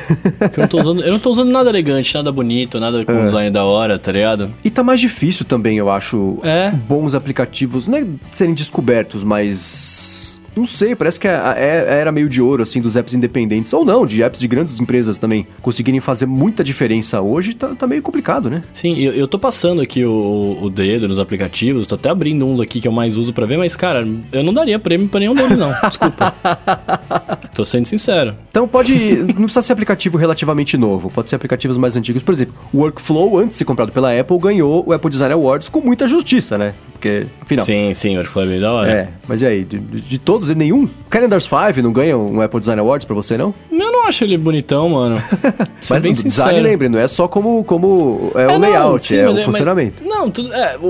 Speaker 2: Eu não tô usando nada elegante, nada bonito, nada com design da hora, tá ligado?
Speaker 1: E tá mais difícil também, eu acho, bons aplicativos, não é serem descobertos, mas... Não sei, parece que era meio de ouro, assim, dos apps independentes. Ou não, de apps de grandes empresas também conseguirem fazer muita diferença hoje, tá meio complicado, né?
Speaker 2: Sim, eu tô passando aqui o dedo nos aplicativos, tô até abrindo uns aqui que eu mais uso pra ver, mas, cara, eu não daria prêmio pra nenhum deles, não. Desculpa. Tô sendo sincero.
Speaker 1: Então não precisa ser aplicativo relativamente novo, pode ser aplicativos mais antigos. Por exemplo, o Workflow, antes de ser comprado pela Apple, ganhou o Apple Design Awards com muita justiça, né? Porque, afinal...
Speaker 2: Sim, o Workflow é bem da hora.
Speaker 1: Mas e aí, de todos, nenhum? Calendars 5 não ganha um Apple Design Awards pra você, não?
Speaker 2: Eu não acho ele bonitão, mano.
Speaker 1: Mas no design, lembre, não é só como o layout, sim, o funcionamento.
Speaker 2: Não, tudo...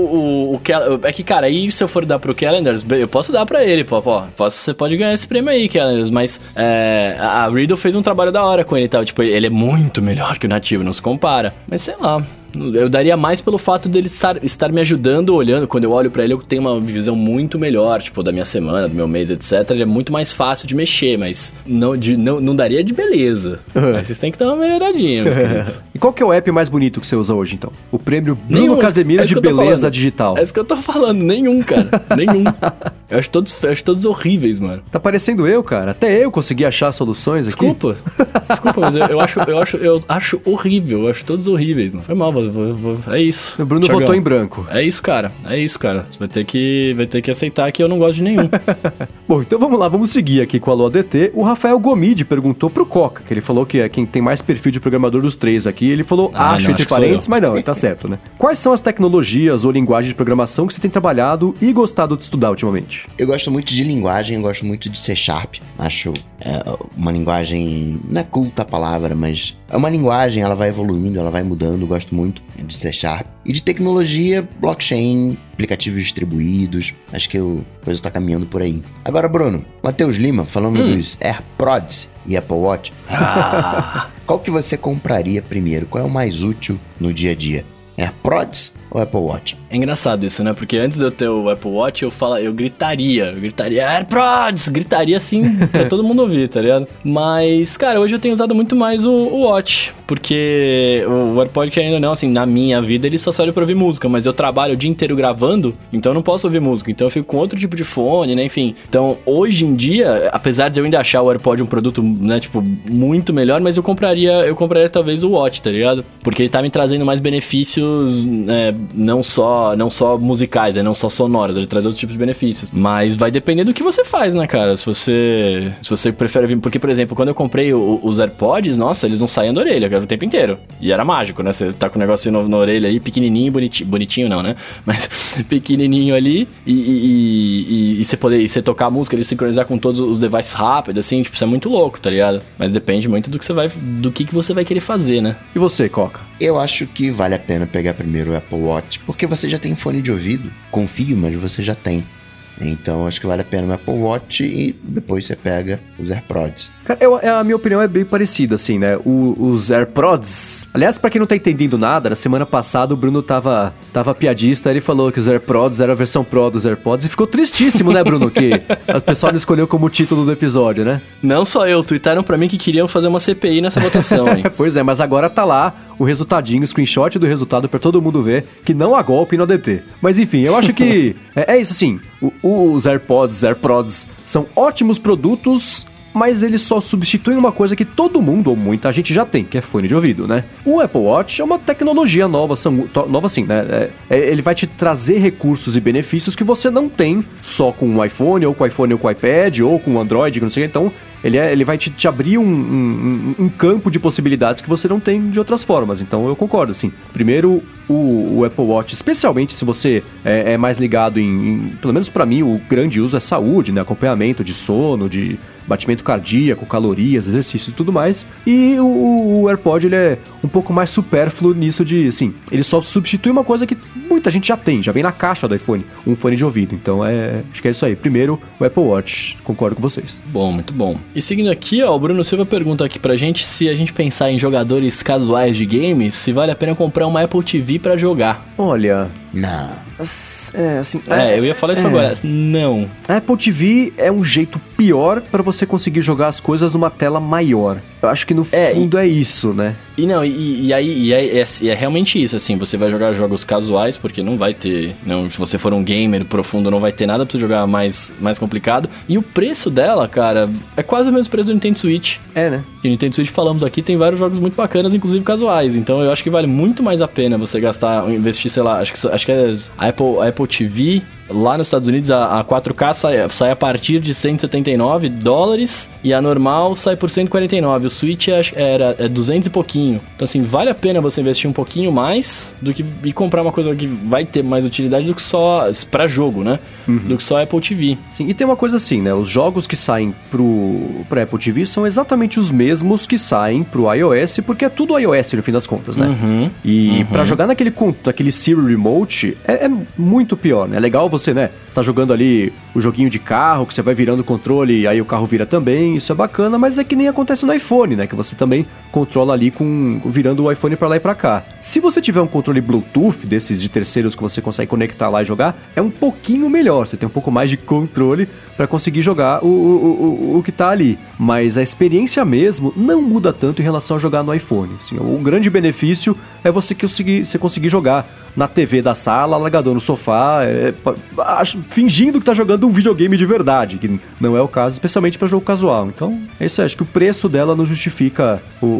Speaker 2: É que, cara, aí se eu for dar pro Calendars, eu posso dar pra ele, você pode ganhar esse prêmio aí, Calendars, mas a Riddle fez um trabalho da hora com ele e tal, tipo, ele é muito melhor que o nativo, não se compara. Mas sei lá... Eu daria mais pelo fato dele estar me ajudando, olhando. Quando eu olho pra ele, eu tenho uma visão muito melhor, tipo, da minha semana, do meu mês, etc. Ele é muito mais fácil de mexer, mas não daria de beleza. Mas vocês têm que dar uma melhoradinha, meus queridos.
Speaker 1: E qual que é o app mais bonito que você usa hoje, então? O prêmio Bruno Casemiro de beleza digital.
Speaker 2: É isso que eu tô falando. Nenhum, cara. Nenhum. Eu acho todos horríveis, mano.
Speaker 1: Tá parecendo eu, cara. Até eu consegui achar soluções aqui.
Speaker 2: Desculpa, mas eu acho horrível. Eu acho todos horríveis, mano. Foi mal, é isso.
Speaker 1: O Bruno votou em branco.
Speaker 2: É isso, cara. Você vai ter que aceitar que eu não gosto de nenhum.
Speaker 1: Bom, então vamos lá, vamos seguir aqui com a Alô ADT. O Rafael Gomide perguntou pro Coca, que ele falou que é quem tem mais perfil de programador dos três aqui. Ele falou, acho entre parênteses, mas não, tá certo, né? Quais são as tecnologias ou linguagens de programação que você tem trabalhado e gostado de estudar ultimamente?
Speaker 3: Eu gosto muito de linguagem, eu gosto muito de C#. Acho uma linguagem, não é culta a palavra, mas é uma linguagem, ela vai evoluindo, ela vai mudando, eu gosto muito de C#. E de tecnologia, blockchain, aplicativos distribuídos, acho que a coisa tá caminhando por aí. Agora, Bruno, Matheus Lima, falando dos AirPods e Apple Watch, qual que você compraria primeiro? Qual é o mais útil no dia a dia? AirPods ou Apple Watch?
Speaker 2: É engraçado isso, né? Porque antes de eu ter o Apple Watch, eu gritaria AirPods! Gritaria assim pra todo mundo ouvir, tá ligado? Mas, cara, hoje eu tenho usado muito mais o Watch, porque o AirPod, que ainda não, assim, na minha vida ele só serve pra ouvir música, mas eu trabalho o dia inteiro gravando, então eu não posso ouvir música, então eu fico com outro tipo de fone, né? Enfim. Então, hoje em dia, apesar de eu ainda achar o AirPod um produto, né, tipo, muito melhor, mas eu compraria talvez o Watch, tá ligado? Porque ele tá me trazendo mais benefícios, não só musicais, né? Não só sonoros, ele traz outros tipos de benefícios. Mas vai depender do que você faz, né, cara? Se você prefere vir... Porque, por exemplo, quando eu comprei os AirPods, nossa, eles não saíam da orelha, cara, o tempo inteiro. E era mágico, né? Você tá com o negocinho na orelha aí, pequenininho, bonitinho não, né? Mas pequenininho ali e você tocar a música, ele sincronizar com todos os devices rápido, assim, tipo, isso é muito louco, tá ligado? Mas depende muito do que você vai querer fazer, né?
Speaker 1: E você, Coca?
Speaker 3: Eu acho que vale a pena pegar primeiro o Apple Watch, porque você já tem fone de ouvido. Confio, mas você já tem. Então, acho que vale a pena o Apple Watch e depois você pega os AirPods.
Speaker 1: Cara, a minha opinião é bem parecida, assim, né? Os AirPods... Aliás, pra quem não tá entendendo nada, na semana passada o Bruno tava piadista, ele falou que os AirPods era a versão Pro dos AirPods e ficou tristíssimo, né, Bruno? Que o pessoal não escolheu como título do episódio, né?
Speaker 2: Não só eu, tuitaram pra mim que queriam fazer uma CPI nessa votação, hein?
Speaker 1: Pois é, mas agora tá lá o resultadinho, o screenshot do resultado pra todo mundo ver que não há golpe no ADT. Mas enfim, eu acho que é isso, assim, os AirPods são ótimos produtos, mas eles só substituem uma coisa que todo mundo, ou muita gente já tem, que é fone de ouvido, né? O Apple Watch é uma tecnologia nova assim, né? Ele vai te trazer recursos e benefícios que você não tem só com o iPhone, ou com o iPad, ou com o Android, que não sei o que. Então, ele vai te abrir um campo de possibilidades que você não tem de outras formas. Então, eu concordo, assim. Primeiro, o Apple Watch, especialmente se você é mais ligado pelo menos pra mim, o grande uso é saúde, né? Acompanhamento de sono, de batimento cardíaco, calorias, exercício e tudo mais. E o AirPod, ele é um pouco mais supérfluo nisso de, assim, ele só substitui uma coisa que muita gente já vem na caixa do iPhone, um fone de ouvido. Então, acho que é isso aí. Primeiro, o Apple Watch. Concordo com vocês.
Speaker 2: Bom, muito bom. E seguindo aqui, ó, o Bruno Silva pergunta aqui pra gente se a gente pensar em jogadores casuais de games, se vale a pena comprar uma Apple TV pra jogar.
Speaker 1: Olha...
Speaker 3: Não.
Speaker 2: Eu ia falar isso agora. Não.
Speaker 1: A Apple TV é um jeito pior pra você conseguir jogar as coisas numa tela maior. Eu acho que no fundo é isso, né?
Speaker 2: E aí é realmente isso, assim, você vai jogar jogos casuais, porque não vai ter, não, se você for um gamer profundo, não vai ter nada pra você jogar mais complicado. E o preço dela, cara, é quase o mesmo preço do Nintendo Switch.
Speaker 1: É, né?
Speaker 2: E o Nintendo Switch, falamos aqui, tem vários jogos muito bacanas, inclusive casuais. Então eu acho que vale muito mais a pena você investir, sei lá, acho que é a Apple TV... Lá nos Estados Unidos, a 4K sai a partir de $179 e a normal sai por $149. O Switch é 200 e pouquinho. Então, assim, vale a pena você investir um pouquinho mais do que e comprar uma coisa que vai ter mais utilidade do que só pra jogo, né? Do que só a Apple TV.
Speaker 1: Sim, e tem uma coisa assim, né? Os jogos que saem pra Apple TV são exatamente os mesmos que saem pro iOS, porque é tudo iOS no fim das contas, né? E pra jogar naquele Siri Remote é muito pior, né? É legal você, né? Você tá jogando ali o joguinho de carro, que você vai virando o controle e aí o carro vira também, isso é bacana, mas é que nem acontece no iPhone, né? Que você também controla ali virando o iPhone pra lá e pra cá. Se você tiver um controle Bluetooth, desses de terceiros que você consegue conectar lá e jogar, é um pouquinho melhor, você tem um pouco mais de controle pra conseguir jogar o que tá ali. Mas a experiência mesmo não muda tanto em relação a jogar no iPhone. Assim, o grande benefício é você conseguir jogar na TV da sala, largador no sofá, fingindo que tá jogando um videogame de verdade, que não é o caso, especialmente para jogo casual. Então, é isso aí. Acho que o preço dela não justifica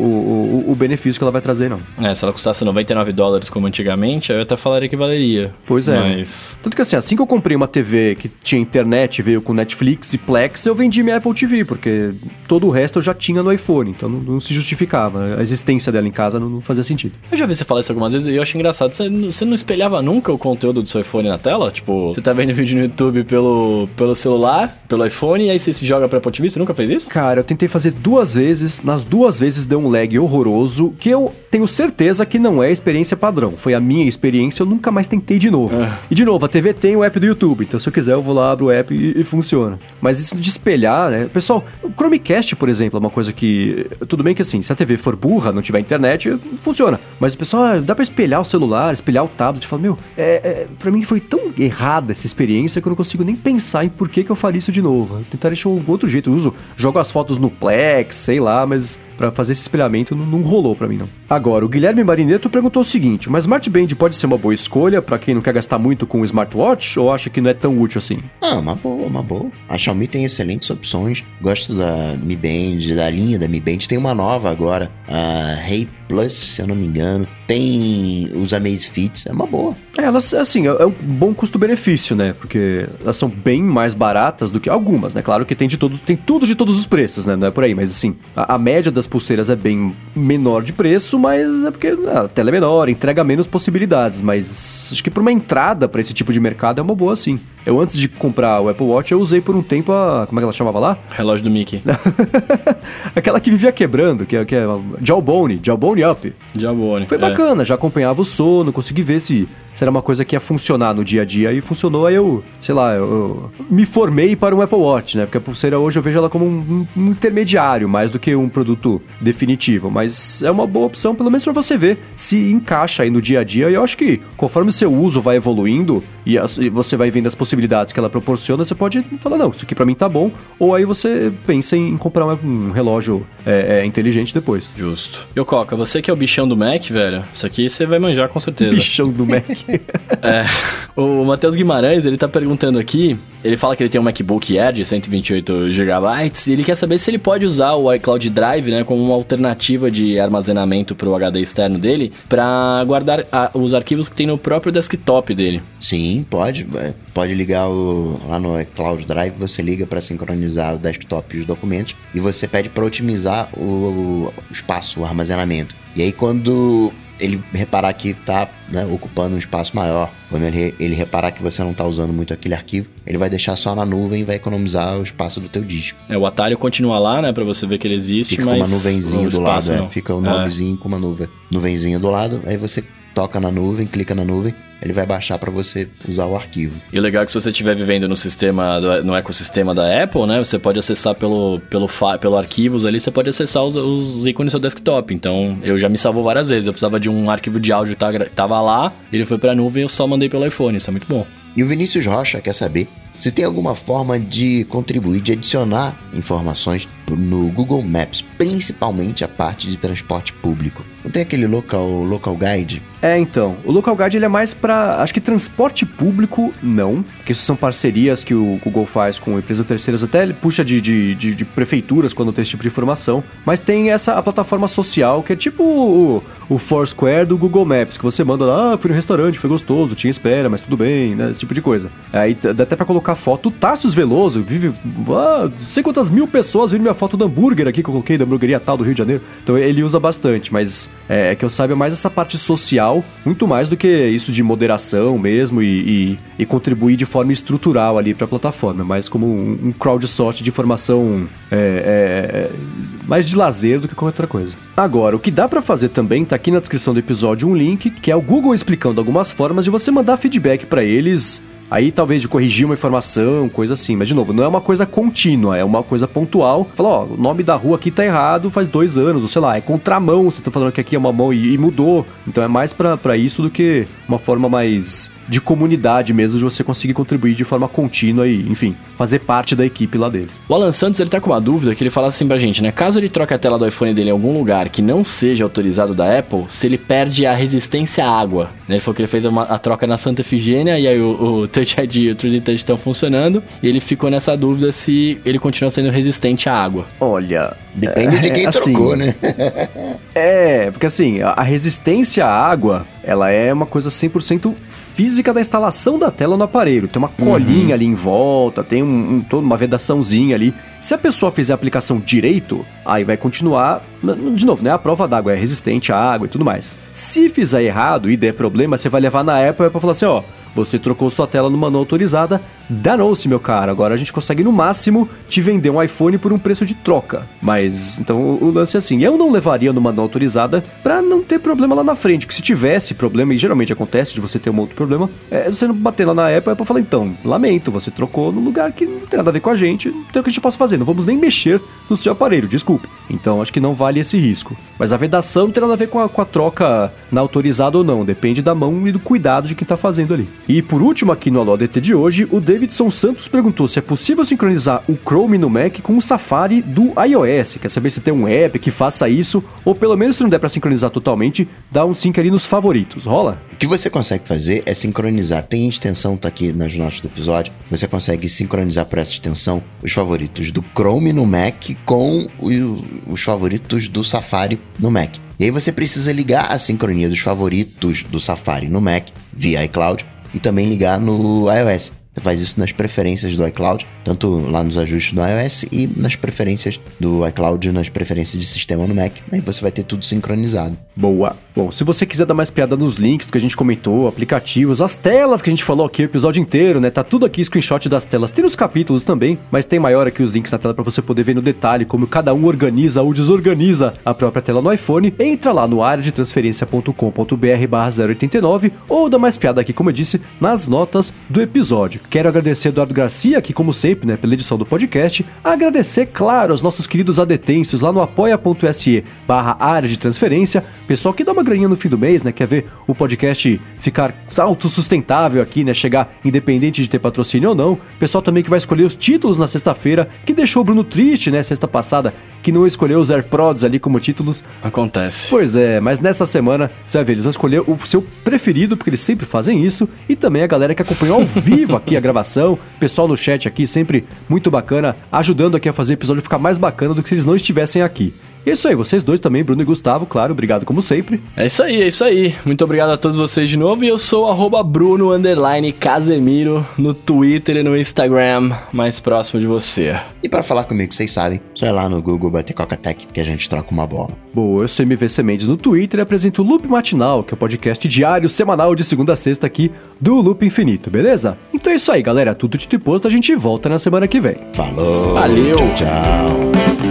Speaker 1: o benefício que ela vai trazer, não.
Speaker 2: Se ela custasse $99 como antigamente, aí eu até falaria que valeria.
Speaker 1: Pois é. Mas... Tanto que assim que eu comprei uma TV que tinha internet, veio com Netflix e Plex, eu vendi minha Apple TV, porque todo o resto eu já tinha no iPhone, então não se justificava. A existência dela em casa não fazia sentido.
Speaker 2: Eu já vi você falar isso algumas vezes e eu acho engraçado. Você não espelhava nunca o conteúdo do seu iPhone na tela? Tipo, você tá vendo vídeo no YouTube pelo celular, pelo iPhone, e aí você se joga pra Apple TV? Você nunca fez isso?
Speaker 1: Cara, eu tentei fazer 2 vezes, nas 2 vezes deu um lag horroroso, que eu tenho certeza que não é a experiência padrão. Foi a minha experiência, eu nunca mais tentei de novo. E de novo, a TV tem o app do YouTube, então se eu quiser eu vou lá, abro o app e funciona. Mas isso de espelhar, né? Pessoal, o Chromecast, por exemplo, é uma coisa que... Tudo bem que assim, se a TV for burra, não tiver internet, funciona. Mas o pessoal, dá pra espelhar o celular, espelhar o tablet, fala, pra mim foi tão errada essa experiência que eu não consigo nem pensar em por que eu faria isso de novo. Eu tentaria de um outro jeito, jogo as fotos no Plex, sei lá, mas pra fazer esse espelhamento não rolou pra mim, não. Agora, o Guilherme Marineto perguntou o seguinte, mas Smart Band pode ser uma boa escolha pra quem não quer gastar muito com o smartwatch ou acha que não é tão útil assim?
Speaker 3: Uma boa. A Xiaomi tem excelentes opções. Gosto da Mi Band, da linha da Mi Band. Tem uma nova agora, a Hey Plus, se eu não me engano. Tem os Amazfit, é uma boa.
Speaker 1: Elas, assim, é um bom custo-benefício, né? Porque elas são bem mais baratas do que algumas, né? Claro que tem tudo de todos os preços, né? Não é por aí, mas assim, a média das pulseiras é bem menor de preço, mas é porque a tela é menor, entrega menos possibilidades, mas acho que por uma entrada pra esse tipo de mercado é uma boa, sim. Eu, antes de comprar o Apple Watch, eu usei por um tempo como é que ela chamava lá?
Speaker 2: Relógio do Mickey.
Speaker 1: Aquela que vivia quebrando, que é Jawbone Up.
Speaker 2: Jawbone.
Speaker 1: Foi bacana, já acompanhava o sono, consegui ver se era uma coisa que ia funcionar no dia a dia, e funcionou. Aí eu me formei para um Apple Watch, né? Porque a pulseira hoje eu vejo ela como um intermediário, mais do que um produto definitivo. Mas é uma boa opção, pelo menos para você ver se encaixa aí no dia a dia. E eu acho que conforme o seu uso vai evoluindo e você vai vendo as possibilidades que ela proporciona, você pode falar, não, isso aqui pra mim tá bom. Ou aí você pensa em comprar um relógio inteligente depois.
Speaker 2: Justo. E o Coca, você que é o bichão do Mac, velho, isso aqui você vai manjar com certeza.
Speaker 1: Bichão do Mac.
Speaker 2: O Matheus Guimarães, ele tá perguntando aqui, ele fala que ele tem um MacBook Air de 128GB e ele quer saber se ele pode usar o iCloud Drive, né, como uma alternativa de armazenamento pro HD externo dele, pra guardar os arquivos que tem no próprio desktop dele.
Speaker 3: Sim, pode. Pode ligar lá no iCloud Drive, você liga para sincronizar o desktop e os documentos e você pede para otimizar o espaço, o armazenamento. E aí quando ele reparar que tá, né, ocupando um espaço maior, quando ele reparar que você não tá usando muito aquele arquivo, ele vai deixar só na nuvem e vai economizar o espaço do teu disco.
Speaker 2: O atalho continua lá, né, pra você ver que ele existe,
Speaker 3: fica
Speaker 2: mas...
Speaker 3: Fica uma nuvenzinha do lado,
Speaker 2: não.
Speaker 3: Fica o nomezinho com uma nuvenzinha do lado, aí você toca na nuvem, clica na nuvem, ele vai baixar para você usar o arquivo.
Speaker 2: E o legal é que se você estiver vivendo no ecossistema da Apple, né, você pode acessar pelo arquivos ali, você pode acessar os ícones do seu desktop. Então, eu já me salvou várias vezes. Eu precisava de um arquivo de áudio que tava lá, ele foi pra nuvem e eu só mandei pelo iPhone. Isso é muito bom.
Speaker 3: E o Vinícius Rocha quer saber se tem alguma forma de contribuir, de adicionar informações no Google Maps, principalmente a parte de transporte público. Não tem aquele local guide?
Speaker 1: Então, o local guide ele é mais para, acho que transporte público não, porque isso são parcerias que o Google faz com empresas terceiras, até ele puxa de prefeituras quando tem esse tipo de informação, mas tem a plataforma social que é tipo o Foursquare do Google Maps, que você manda lá, fui no restaurante, foi gostoso, tinha espera, mas tudo bem, né, esse tipo de coisa. Aí dá até pra colocar foto. O Tássius Veloso vive, não sei quantas mil pessoas viram minha foto do hambúrguer aqui que eu coloquei, da hamburgueria tal do Rio de Janeiro, então ele usa bastante, mas que eu saiba mais essa parte social, muito mais do que isso de moderação mesmo e contribuir de forma estrutural ali para a plataforma, mais como um crowdsourcing de informação mais de lazer do que qualquer outra coisa. Agora, o que dá para fazer também, tá aqui na descrição do episódio um link, que é o Google explicando algumas formas de você mandar feedback para eles Aí talvez de corrigir uma informação, coisa assim. Mas, de novo, não é uma coisa contínua, é uma coisa pontual. Fala, ó, o nome da rua aqui tá errado faz 2 anos, ou sei lá, é contramão, vocês estão falando que aqui é uma mão e mudou. Então é mais pra isso do que uma forma mais de comunidade mesmo, de você conseguir contribuir de forma contínua e, enfim, fazer parte da equipe lá deles.
Speaker 2: O Alan Santos, ele tá com uma dúvida que ele fala assim pra gente, né? Caso ele troque a tela do iPhone dele em algum lugar que não seja autorizado da Apple, se ele perde a resistência à água. Ele falou que ele fez a troca na Santa Efigênia e aí o Touch ID e o 3D Touch estão funcionando e ele ficou nessa dúvida se ele continua sendo resistente à água.
Speaker 1: Olha...
Speaker 3: Depende de quem
Speaker 1: assim,
Speaker 3: trocou, né?
Speaker 1: Porque assim, a resistência à água, ela é uma coisa 100% física da instalação da tela no aparelho. Tem uma colinha ali em volta, tem toda uma vedaçãozinha ali. Se a pessoa fizer a aplicação direito, aí vai continuar, de novo, né? A prova d'água é resistente à água e tudo mais. Se fizer errado e der problema, você vai levar na Apple e falar assim, ó, você trocou sua tela numa não autorizada, danou-se, meu cara. Agora a gente consegue, no máximo, te vender um iPhone por um preço de troca. Mas, então, o lance é assim, eu não levaria numa não autorizada pra não ter problema lá na frente. Que se tivesse problema, e geralmente acontece de você ter um outro problema, você não bater lá na Apple e falar, então, lamento, você trocou num lugar que não tem nada a ver com a gente, não tem o que a gente possa fazer, não vamos nem mexer no seu aparelho, desculpe. Então, acho que não vale esse risco. Mas a vedação não tem nada a ver com a troca na autorizada ou não, depende da mão e do cuidado de quem tá fazendo ali. E por último, aqui no Alô ADT de hoje, o Davidson Santos perguntou se é possível sincronizar o Chrome no Mac com o Safari do iOS. Quer saber se tem um app que faça isso, ou pelo menos se não der pra sincronizar totalmente, dá um sync ali nos favoritos. Rola?
Speaker 3: O que você consegue fazer é sincronizar. Tem extensão, tá aqui nas notas do episódio. Você consegue sincronizar por essa extensão os favoritos do Chrome no Mac com os favoritos do Safari no Mac. E aí você precisa ligar a sincronia dos favoritos do Safari no Mac via iCloud e também ligar no iOS. Você faz isso nas preferências do iCloud, tanto lá nos ajustes do iOS e nas preferências do iCloud, nas preferências de sistema no Mac. Aí você vai ter tudo sincronizado.
Speaker 1: Boa. Bom, se você quiser dar mais piada nos links do que a gente comentou, aplicativos, as telas que a gente falou aqui o episódio inteiro, né? Tá tudo aqui, screenshot das telas. Tem nos capítulos também, mas tem maior aqui os links na tela pra você poder ver no detalhe como cada um organiza ou desorganiza a própria tela no iPhone. Entra lá no areadetransferencia.com.br/089 ou dá mais piada aqui, como eu disse, nas notas do episódio. Quero agradecer Eduardo Garcia, que como sempre, né, pela edição do podcast. Agradecer, claro, aos nossos queridos adetêncios lá no apoia.se/área de transferência. Pessoal que dá uma graninha no fim do mês, né, quer ver o podcast ficar autossustentável aqui, né, chegar independente de ter patrocínio ou não. Pessoal também que vai escolher os títulos na sexta-feira, que deixou o Bruno triste, né, sexta passada, que não escolheu os AirPods ali como títulos.
Speaker 2: Acontece.
Speaker 1: Pois é, mas nessa semana, você vai ver, eles vão escolher o seu preferido, porque eles sempre fazem isso, e também a galera que acompanhou ao vivo aqui a gravação, pessoal no chat aqui, sempre muito bacana, ajudando aqui a fazer o episódio ficar mais bacana do que se eles não estivessem aqui. E é isso aí, vocês dois também, Bruno e Gustavo, claro, obrigado como sempre.
Speaker 2: É isso aí. Muito obrigado a todos vocês de novo. E eu sou @Bruno_Casemiro no Twitter e no Instagram, mais próximo de você.
Speaker 3: E para falar comigo, vocês sabem, só ir lá no Google, bater Coca-Tech, que a gente troca uma bola.
Speaker 1: Boa, eu sou MVC Mendes no Twitter e apresento o Loop Matinal, que é o podcast diário, semanal, de segunda a sexta aqui do Loop Infinito, beleza? Então é isso aí, galera, tudo dito e posto, a gente volta na semana que vem.
Speaker 3: Falou!
Speaker 2: Valeu!
Speaker 3: Tchau!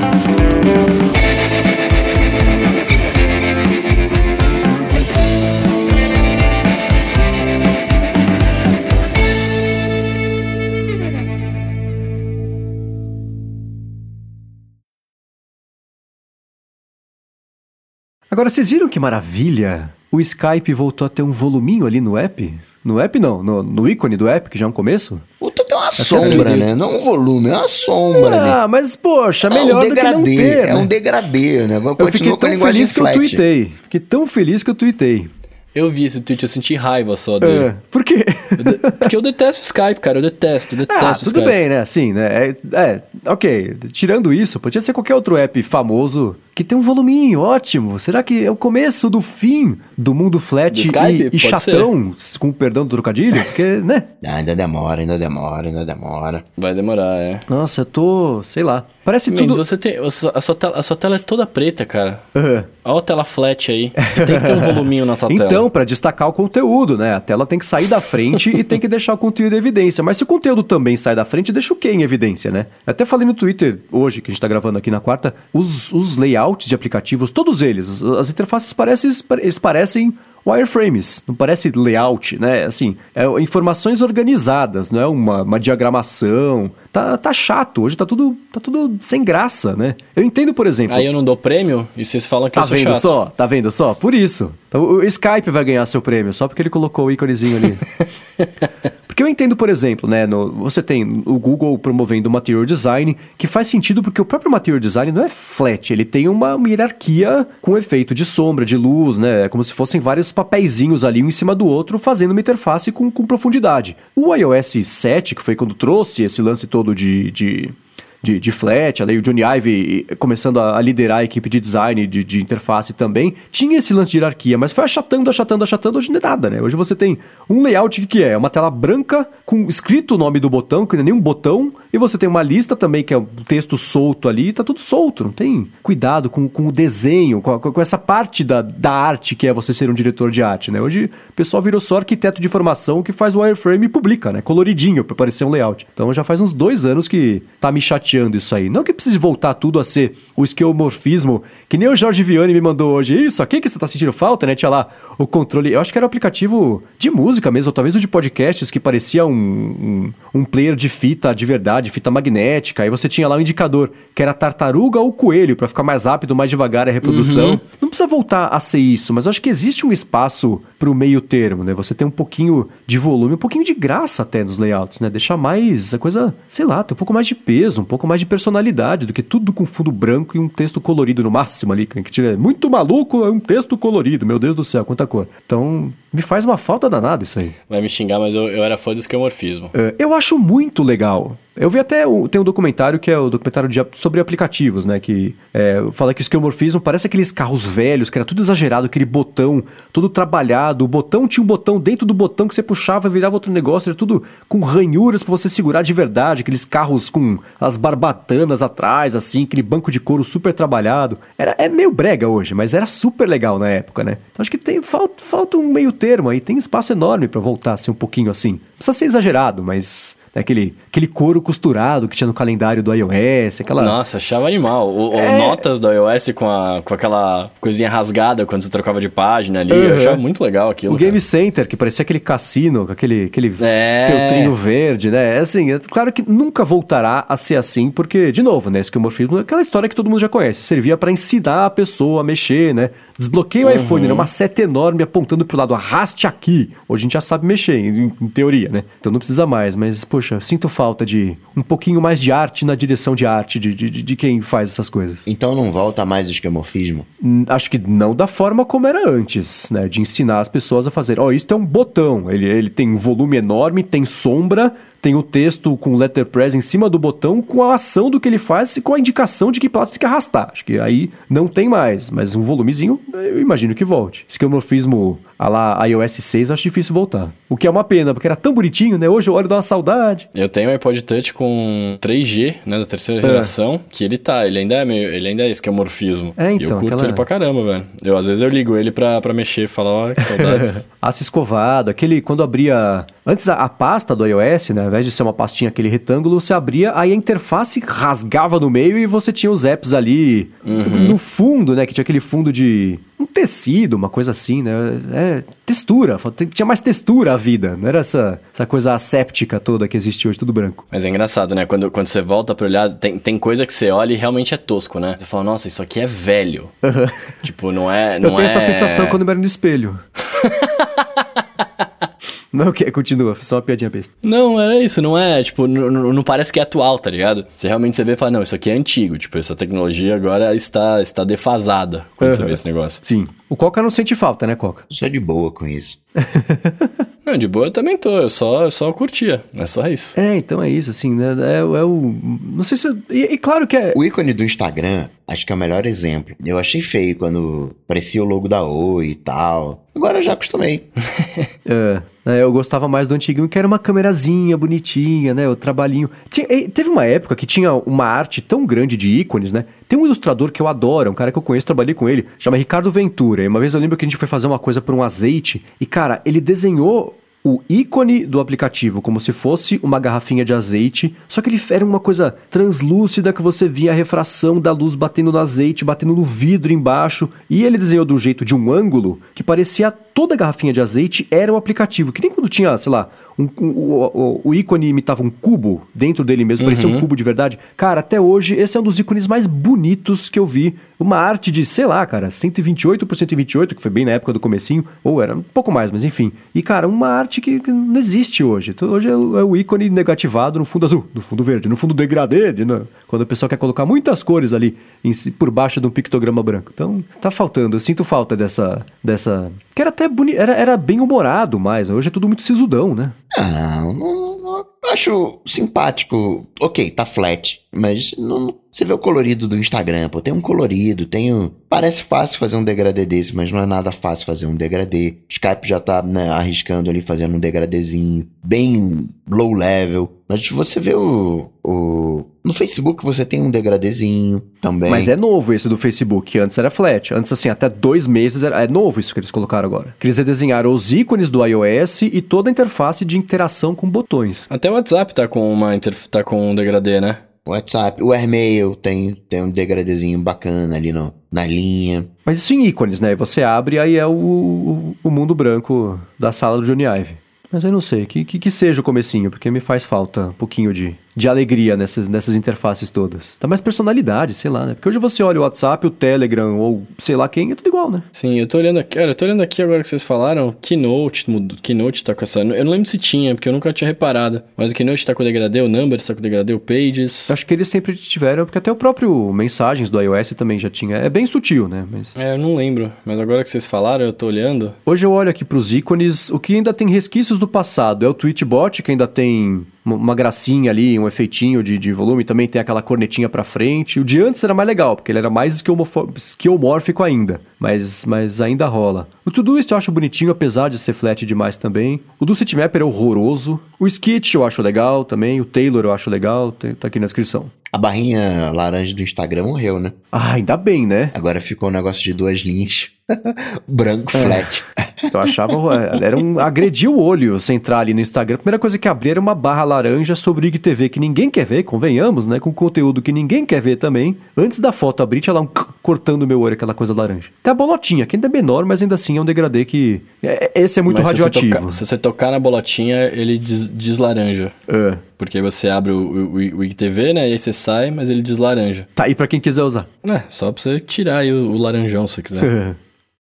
Speaker 1: Agora, vocês viram que maravilha? O Skype voltou a ter um voluminho ali no app? No app não, no ícone do app, que já é um começo?
Speaker 3: Puta, tem uma sombra, né? Não um volume, é uma sombra, né?
Speaker 1: Ah, mas poxa, melhor do que não ter,
Speaker 3: É um degradê, né?
Speaker 1: Eu fiquei tão feliz que eu tuitei. Fiquei tão feliz que eu tuitei.
Speaker 2: Eu vi esse tweet, eu senti raiva só dele.
Speaker 1: Por quê?
Speaker 2: Porque eu detesto o Skype, cara, eu detesto o Skype.
Speaker 1: Tudo bem, né? Assim, né? Ok. Tirando isso, podia ser qualquer outro app famoso que tem um voluminho ótimo. Será que é o começo do fim do mundo flat e chatão, com o perdão do trocadilho? Porque, né?
Speaker 3: Ainda demora.
Speaker 2: Vai demorar, é.
Speaker 1: Nossa, eu tô, sei lá. Parece
Speaker 2: Mendes,
Speaker 1: tudo...
Speaker 2: você tem... A sua tela é toda preta, cara.
Speaker 1: Uhum.
Speaker 2: Olha a tela flat aí. Você tem que ter um voluminho na sua tela.
Speaker 1: Então, pra destacar o conteúdo, né? A tela tem que sair da frente e tem que deixar o conteúdo em evidência. Mas se o conteúdo também sai da frente, deixa o quê em evidência, né? Eu até falei no Twitter hoje, que a gente tá gravando aqui na quarta, os layouts de aplicativos, todos eles, as interfaces parecem wireframes, não parece layout, né? Assim, informações organizadas, não é uma diagramação. Tá chato, hoje tá tudo sem graça, né? Eu entendo, por exemplo...
Speaker 2: Aí eu não dou prêmio e vocês falam que eu sou chato.
Speaker 1: Tá vendo só? Por isso. Então, o Skype vai ganhar seu prêmio, só porque ele colocou o íconezinho ali. Porque eu entendo, por exemplo, né, você tem o Google promovendo o Material Design, que faz sentido porque o próprio Material Design não é flat, ele tem uma hierarquia com efeito de sombra, de luz, né, como se fossem vários papeizinhos ali um em cima do outro, fazendo uma interface com profundidade. O iOS 7, que foi quando trouxe esse lance todo de flat, ali o Johnny Ive começando a liderar a equipe de design, de interface também, tinha esse lance de hierarquia, mas foi achatando, hoje não é nada, né? Hoje você tem um layout que é uma tela branca com escrito o nome do botão, que não é nenhum botão, e você tem uma lista também que é um texto solto ali, tá tudo solto, não tem cuidado com o desenho, com essa parte da arte que é você ser um diretor de arte, né? Hoje o pessoal virou só arquiteto de informação que faz o wireframe e publica, né? Coloridinho pra parecer um layout. Então já faz uns 2 anos que tá me chateando isso aí. Não que precise voltar tudo a ser o esquemorfismo, que nem o Jorge Vianney me mandou hoje. Isso aqui que você tá sentindo falta, né? Tinha lá o controle... Eu acho que era o aplicativo de música mesmo, ou talvez o de podcasts, que parecia um player de fita de verdade, fita magnética. Aí você tinha lá um indicador, que era tartaruga ou coelho, pra ficar mais rápido, mais devagar a reprodução. Não precisa voltar a ser isso, mas eu acho que existe um espaço pro meio termo, né? Você tem um pouquinho de volume, um pouquinho de graça até nos layouts, né? Deixar mais a coisa, sei lá, tem um pouco mais de peso, um pouco mais de personalidade do que tudo com fundo branco e um texto colorido no máximo ali, que tiver muito maluco, é um texto colorido, meu Deus do céu, quanta cor. Então, me faz uma falta danada isso aí.
Speaker 2: Vai me xingar, mas eu era fã do esquemorfismo.
Speaker 1: Eu acho muito legal. Eu vi até, tem um documentário que é o documentário sobre aplicativos, né, que fala que o esquemorfismo parece aqueles carros velhos, que era tudo exagerado, aquele botão todo trabalhado, o botão tinha um botão dentro do botão que você puxava e virava outro negócio, era tudo com ranhuras pra você segurar de verdade, aqueles carros com as barbatanas atrás, assim, aquele banco de couro super trabalhado. É meio brega hoje, mas era super legal na época, né? Então acho que falta um meio termo aí, tem espaço enorme pra voltar a ser um pouquinho assim. Não precisa ser exagerado, mas... Aquele couro costurado que tinha no calendário do iOS, aquela...
Speaker 2: Nossa, achava animal. Notas do iOS com aquela coisinha rasgada quando você trocava de página ali. Eu achava muito legal aquilo.
Speaker 1: O Game Center, que parecia aquele cassino, com aquele feltrinho verde, né? Assim, é claro que nunca voltará a ser assim, porque, de novo, né? Esquemorfismo é aquela história que todo mundo já conhece. Servia pra ensinar a pessoa a mexer, né? Desbloqueia o iPhone, né? Uma seta enorme apontando pro lado, arraste aqui. Hoje a gente já sabe mexer, em teoria, né? Então não precisa mais, mas, poxa, sinto falta de um pouquinho mais de arte na direção de arte de quem faz essas coisas.
Speaker 3: Então não volta mais o esquemorfismo?
Speaker 1: Acho que não da forma como era antes, né? De ensinar as pessoas a fazer. Isso é um botão, ele tem um volume enorme, tem sombra, tem o texto com letterpress em cima do botão, com a ação do que ele faz e com a indicação de que passo tem que arrastar. Acho que aí não tem mais, mas um volumezinho eu imagino que volte. Esquemorfismo a lá iOS 6 acho difícil voltar. O que é uma pena, porque era tão bonitinho, né? Hoje eu olho e dou uma saudade.
Speaker 2: Eu tenho um iPod Touch com 3G, né, da terceira geração, que ele ainda é esquemorfismo.
Speaker 1: Então,
Speaker 2: e eu curto ele pra caramba, velho. Às vezes eu ligo ele pra mexer e falar, que saudades.
Speaker 1: Aço escovado, quando abria... Antes a pasta do iOS, né, ao invés de ser uma pastinha, aquele retângulo, você abria, aí a interface rasgava no meio e você tinha os apps ali no fundo, né, que tinha aquele fundo de... um tecido, uma coisa assim, né? Textura. Tinha mais textura a vida. Não era essa coisa asséptica toda que existe hoje, tudo branco.
Speaker 2: Mas é engraçado, né? Quando você volta pra olhar, tem coisa que você olha e realmente é tosco, né? Você fala, nossa, isso aqui é velho. Tipo, não é...
Speaker 1: Eu tenho essa sensação quando eu me olho no espelho. Não, o que? Continua, só uma piadinha besta.
Speaker 2: Não, era isso, não é, tipo, não parece que é atual, tá ligado? Você realmente vê e fala, não, isso aqui é antigo, tipo, essa tecnologia agora está defasada quando você vê esse negócio.
Speaker 1: Sim. O Coca não sente falta, né, Coca?
Speaker 3: Só de boa com isso.
Speaker 2: Não, de boa eu também tô, eu só curtia, é só isso.
Speaker 1: Então é isso, assim, né, não sei se... E claro que é...
Speaker 3: O ícone do Instagram, acho que é o melhor exemplo. Eu achei feio quando aparecia o logo da Oi e tal. Agora eu já acostumei.
Speaker 1: Eu gostava mais do antiguinho, que era uma câmerazinha bonitinha, né? O trabalhinho. Teve uma época que tinha uma arte tão grande de ícones, né? Tem um ilustrador que eu adoro, um cara que eu conheço, trabalhei com ele, chama Ricardo Ventura. E uma vez eu lembro que a gente foi fazer uma coisa por um azeite e, cara, ele desenhou o ícone do aplicativo como se fosse uma garrafinha de azeite, só que ele era uma coisa translúcida que você via a refração da luz batendo no azeite, batendo no vidro embaixo, e ele desenhou de um jeito, de um ângulo, que parecia toda a garrafinha de azeite era um aplicativo. Que nem quando tinha, sei lá, o ícone imitava um cubo dentro dele mesmo, parecia um cubo de verdade. Cara, até hoje, esse é um dos ícones mais bonitos que eu vi. Uma arte de, sei lá, cara, 128 por 128, que foi bem na época do comecinho, ou era um pouco mais, mas enfim. E, cara, uma arte que não existe hoje. Então, hoje é o ícone negativado no fundo azul, no fundo verde, no fundo degradê, quando o pessoal quer colocar muitas cores ali por baixo de um pictograma branco. Então, tá faltando. Eu sinto falta dessa que era até bonito, era bem humorado, mas hoje é tudo muito sisudão, né?
Speaker 3: Não acho simpático. Ok, tá flat, mas não, você vê o colorido do Instagram, pô, tem um colorido, parece fácil fazer um degradê desse, mas não é nada fácil fazer um degradê. Skype já tá, né, arriscando ali, fazendo um degradêzinho bem low level, mas você vê no Facebook você tem um degradêzinho também.
Speaker 1: Mas é novo esse do Facebook, antes era flat. Antes, assim, até 2 meses, é novo isso que eles colocaram agora. Que eles redesenharam os ícones do iOS e toda a interface de interação com botões.
Speaker 2: Até o WhatsApp tá com um degradê, né?
Speaker 3: O WhatsApp, o AirMail tem um degradêzinho bacana ali na linha.
Speaker 1: Mas isso em ícones, né? Você abre e aí é o mundo branco da sala do Johnny Ive. Mas eu não sei, que seja o comecinho, porque me faz falta um pouquinho de alegria nessas interfaces todas. Dá mais personalidade, sei lá, né? Porque hoje você olha o WhatsApp, o Telegram, ou sei lá quem, é tudo igual, né?
Speaker 2: Sim, eu tô olhando aqui agora que vocês falaram, Keynote tá com essa... Eu não lembro se tinha, porque eu nunca tinha reparado. Mas o Keynote tá com o degradê, o Numbers tá com o degradê, o Pages...
Speaker 1: Acho que eles sempre tiveram, porque até o próprio Mensagens do iOS também já tinha. É bem sutil, né? Mas...
Speaker 2: eu não lembro, mas agora que vocês falaram, eu tô olhando...
Speaker 1: Hoje eu olho aqui pros ícones, o que ainda tem resquícios do passado é o Tweetbot, que ainda tem uma gracinha ali, um efeitinho de volume, também tem aquela cornetinha pra frente. O de antes era mais legal, porque ele era mais esquiomórfico ainda, mas ainda rola. O Todoist eu acho bonitinho, apesar de ser flat demais também. O do Citymapper é horroroso. O Sketch eu acho legal também, o Taylor eu acho legal, tá aqui na descrição.
Speaker 3: A barrinha laranja do Instagram morreu, né?
Speaker 1: Ah, ainda bem, né?
Speaker 3: Agora ficou um negócio de 2 linhas. Branco, flat.
Speaker 1: Eu achava... agredia o olho você entrar ali no Instagram. A primeira coisa que abrir era uma barra laranja sobre o IGTV, que ninguém quer ver, convenhamos, né? Com conteúdo que ninguém quer ver também. Antes da foto abrir, tinha lá cortando o meu olho, aquela coisa laranja. Tem a bolotinha, que ainda é menor, mas ainda assim é um degradê que... Esse é muito radioativo.
Speaker 2: Se você tocar na bolotinha, ele deslaranja. Porque aí você abre o IGTV, né? E aí você sai, mas ele deslaranja.
Speaker 1: Tá aí pra quem quiser usar.
Speaker 2: Só pra você tirar aí o laranjão, se você quiser.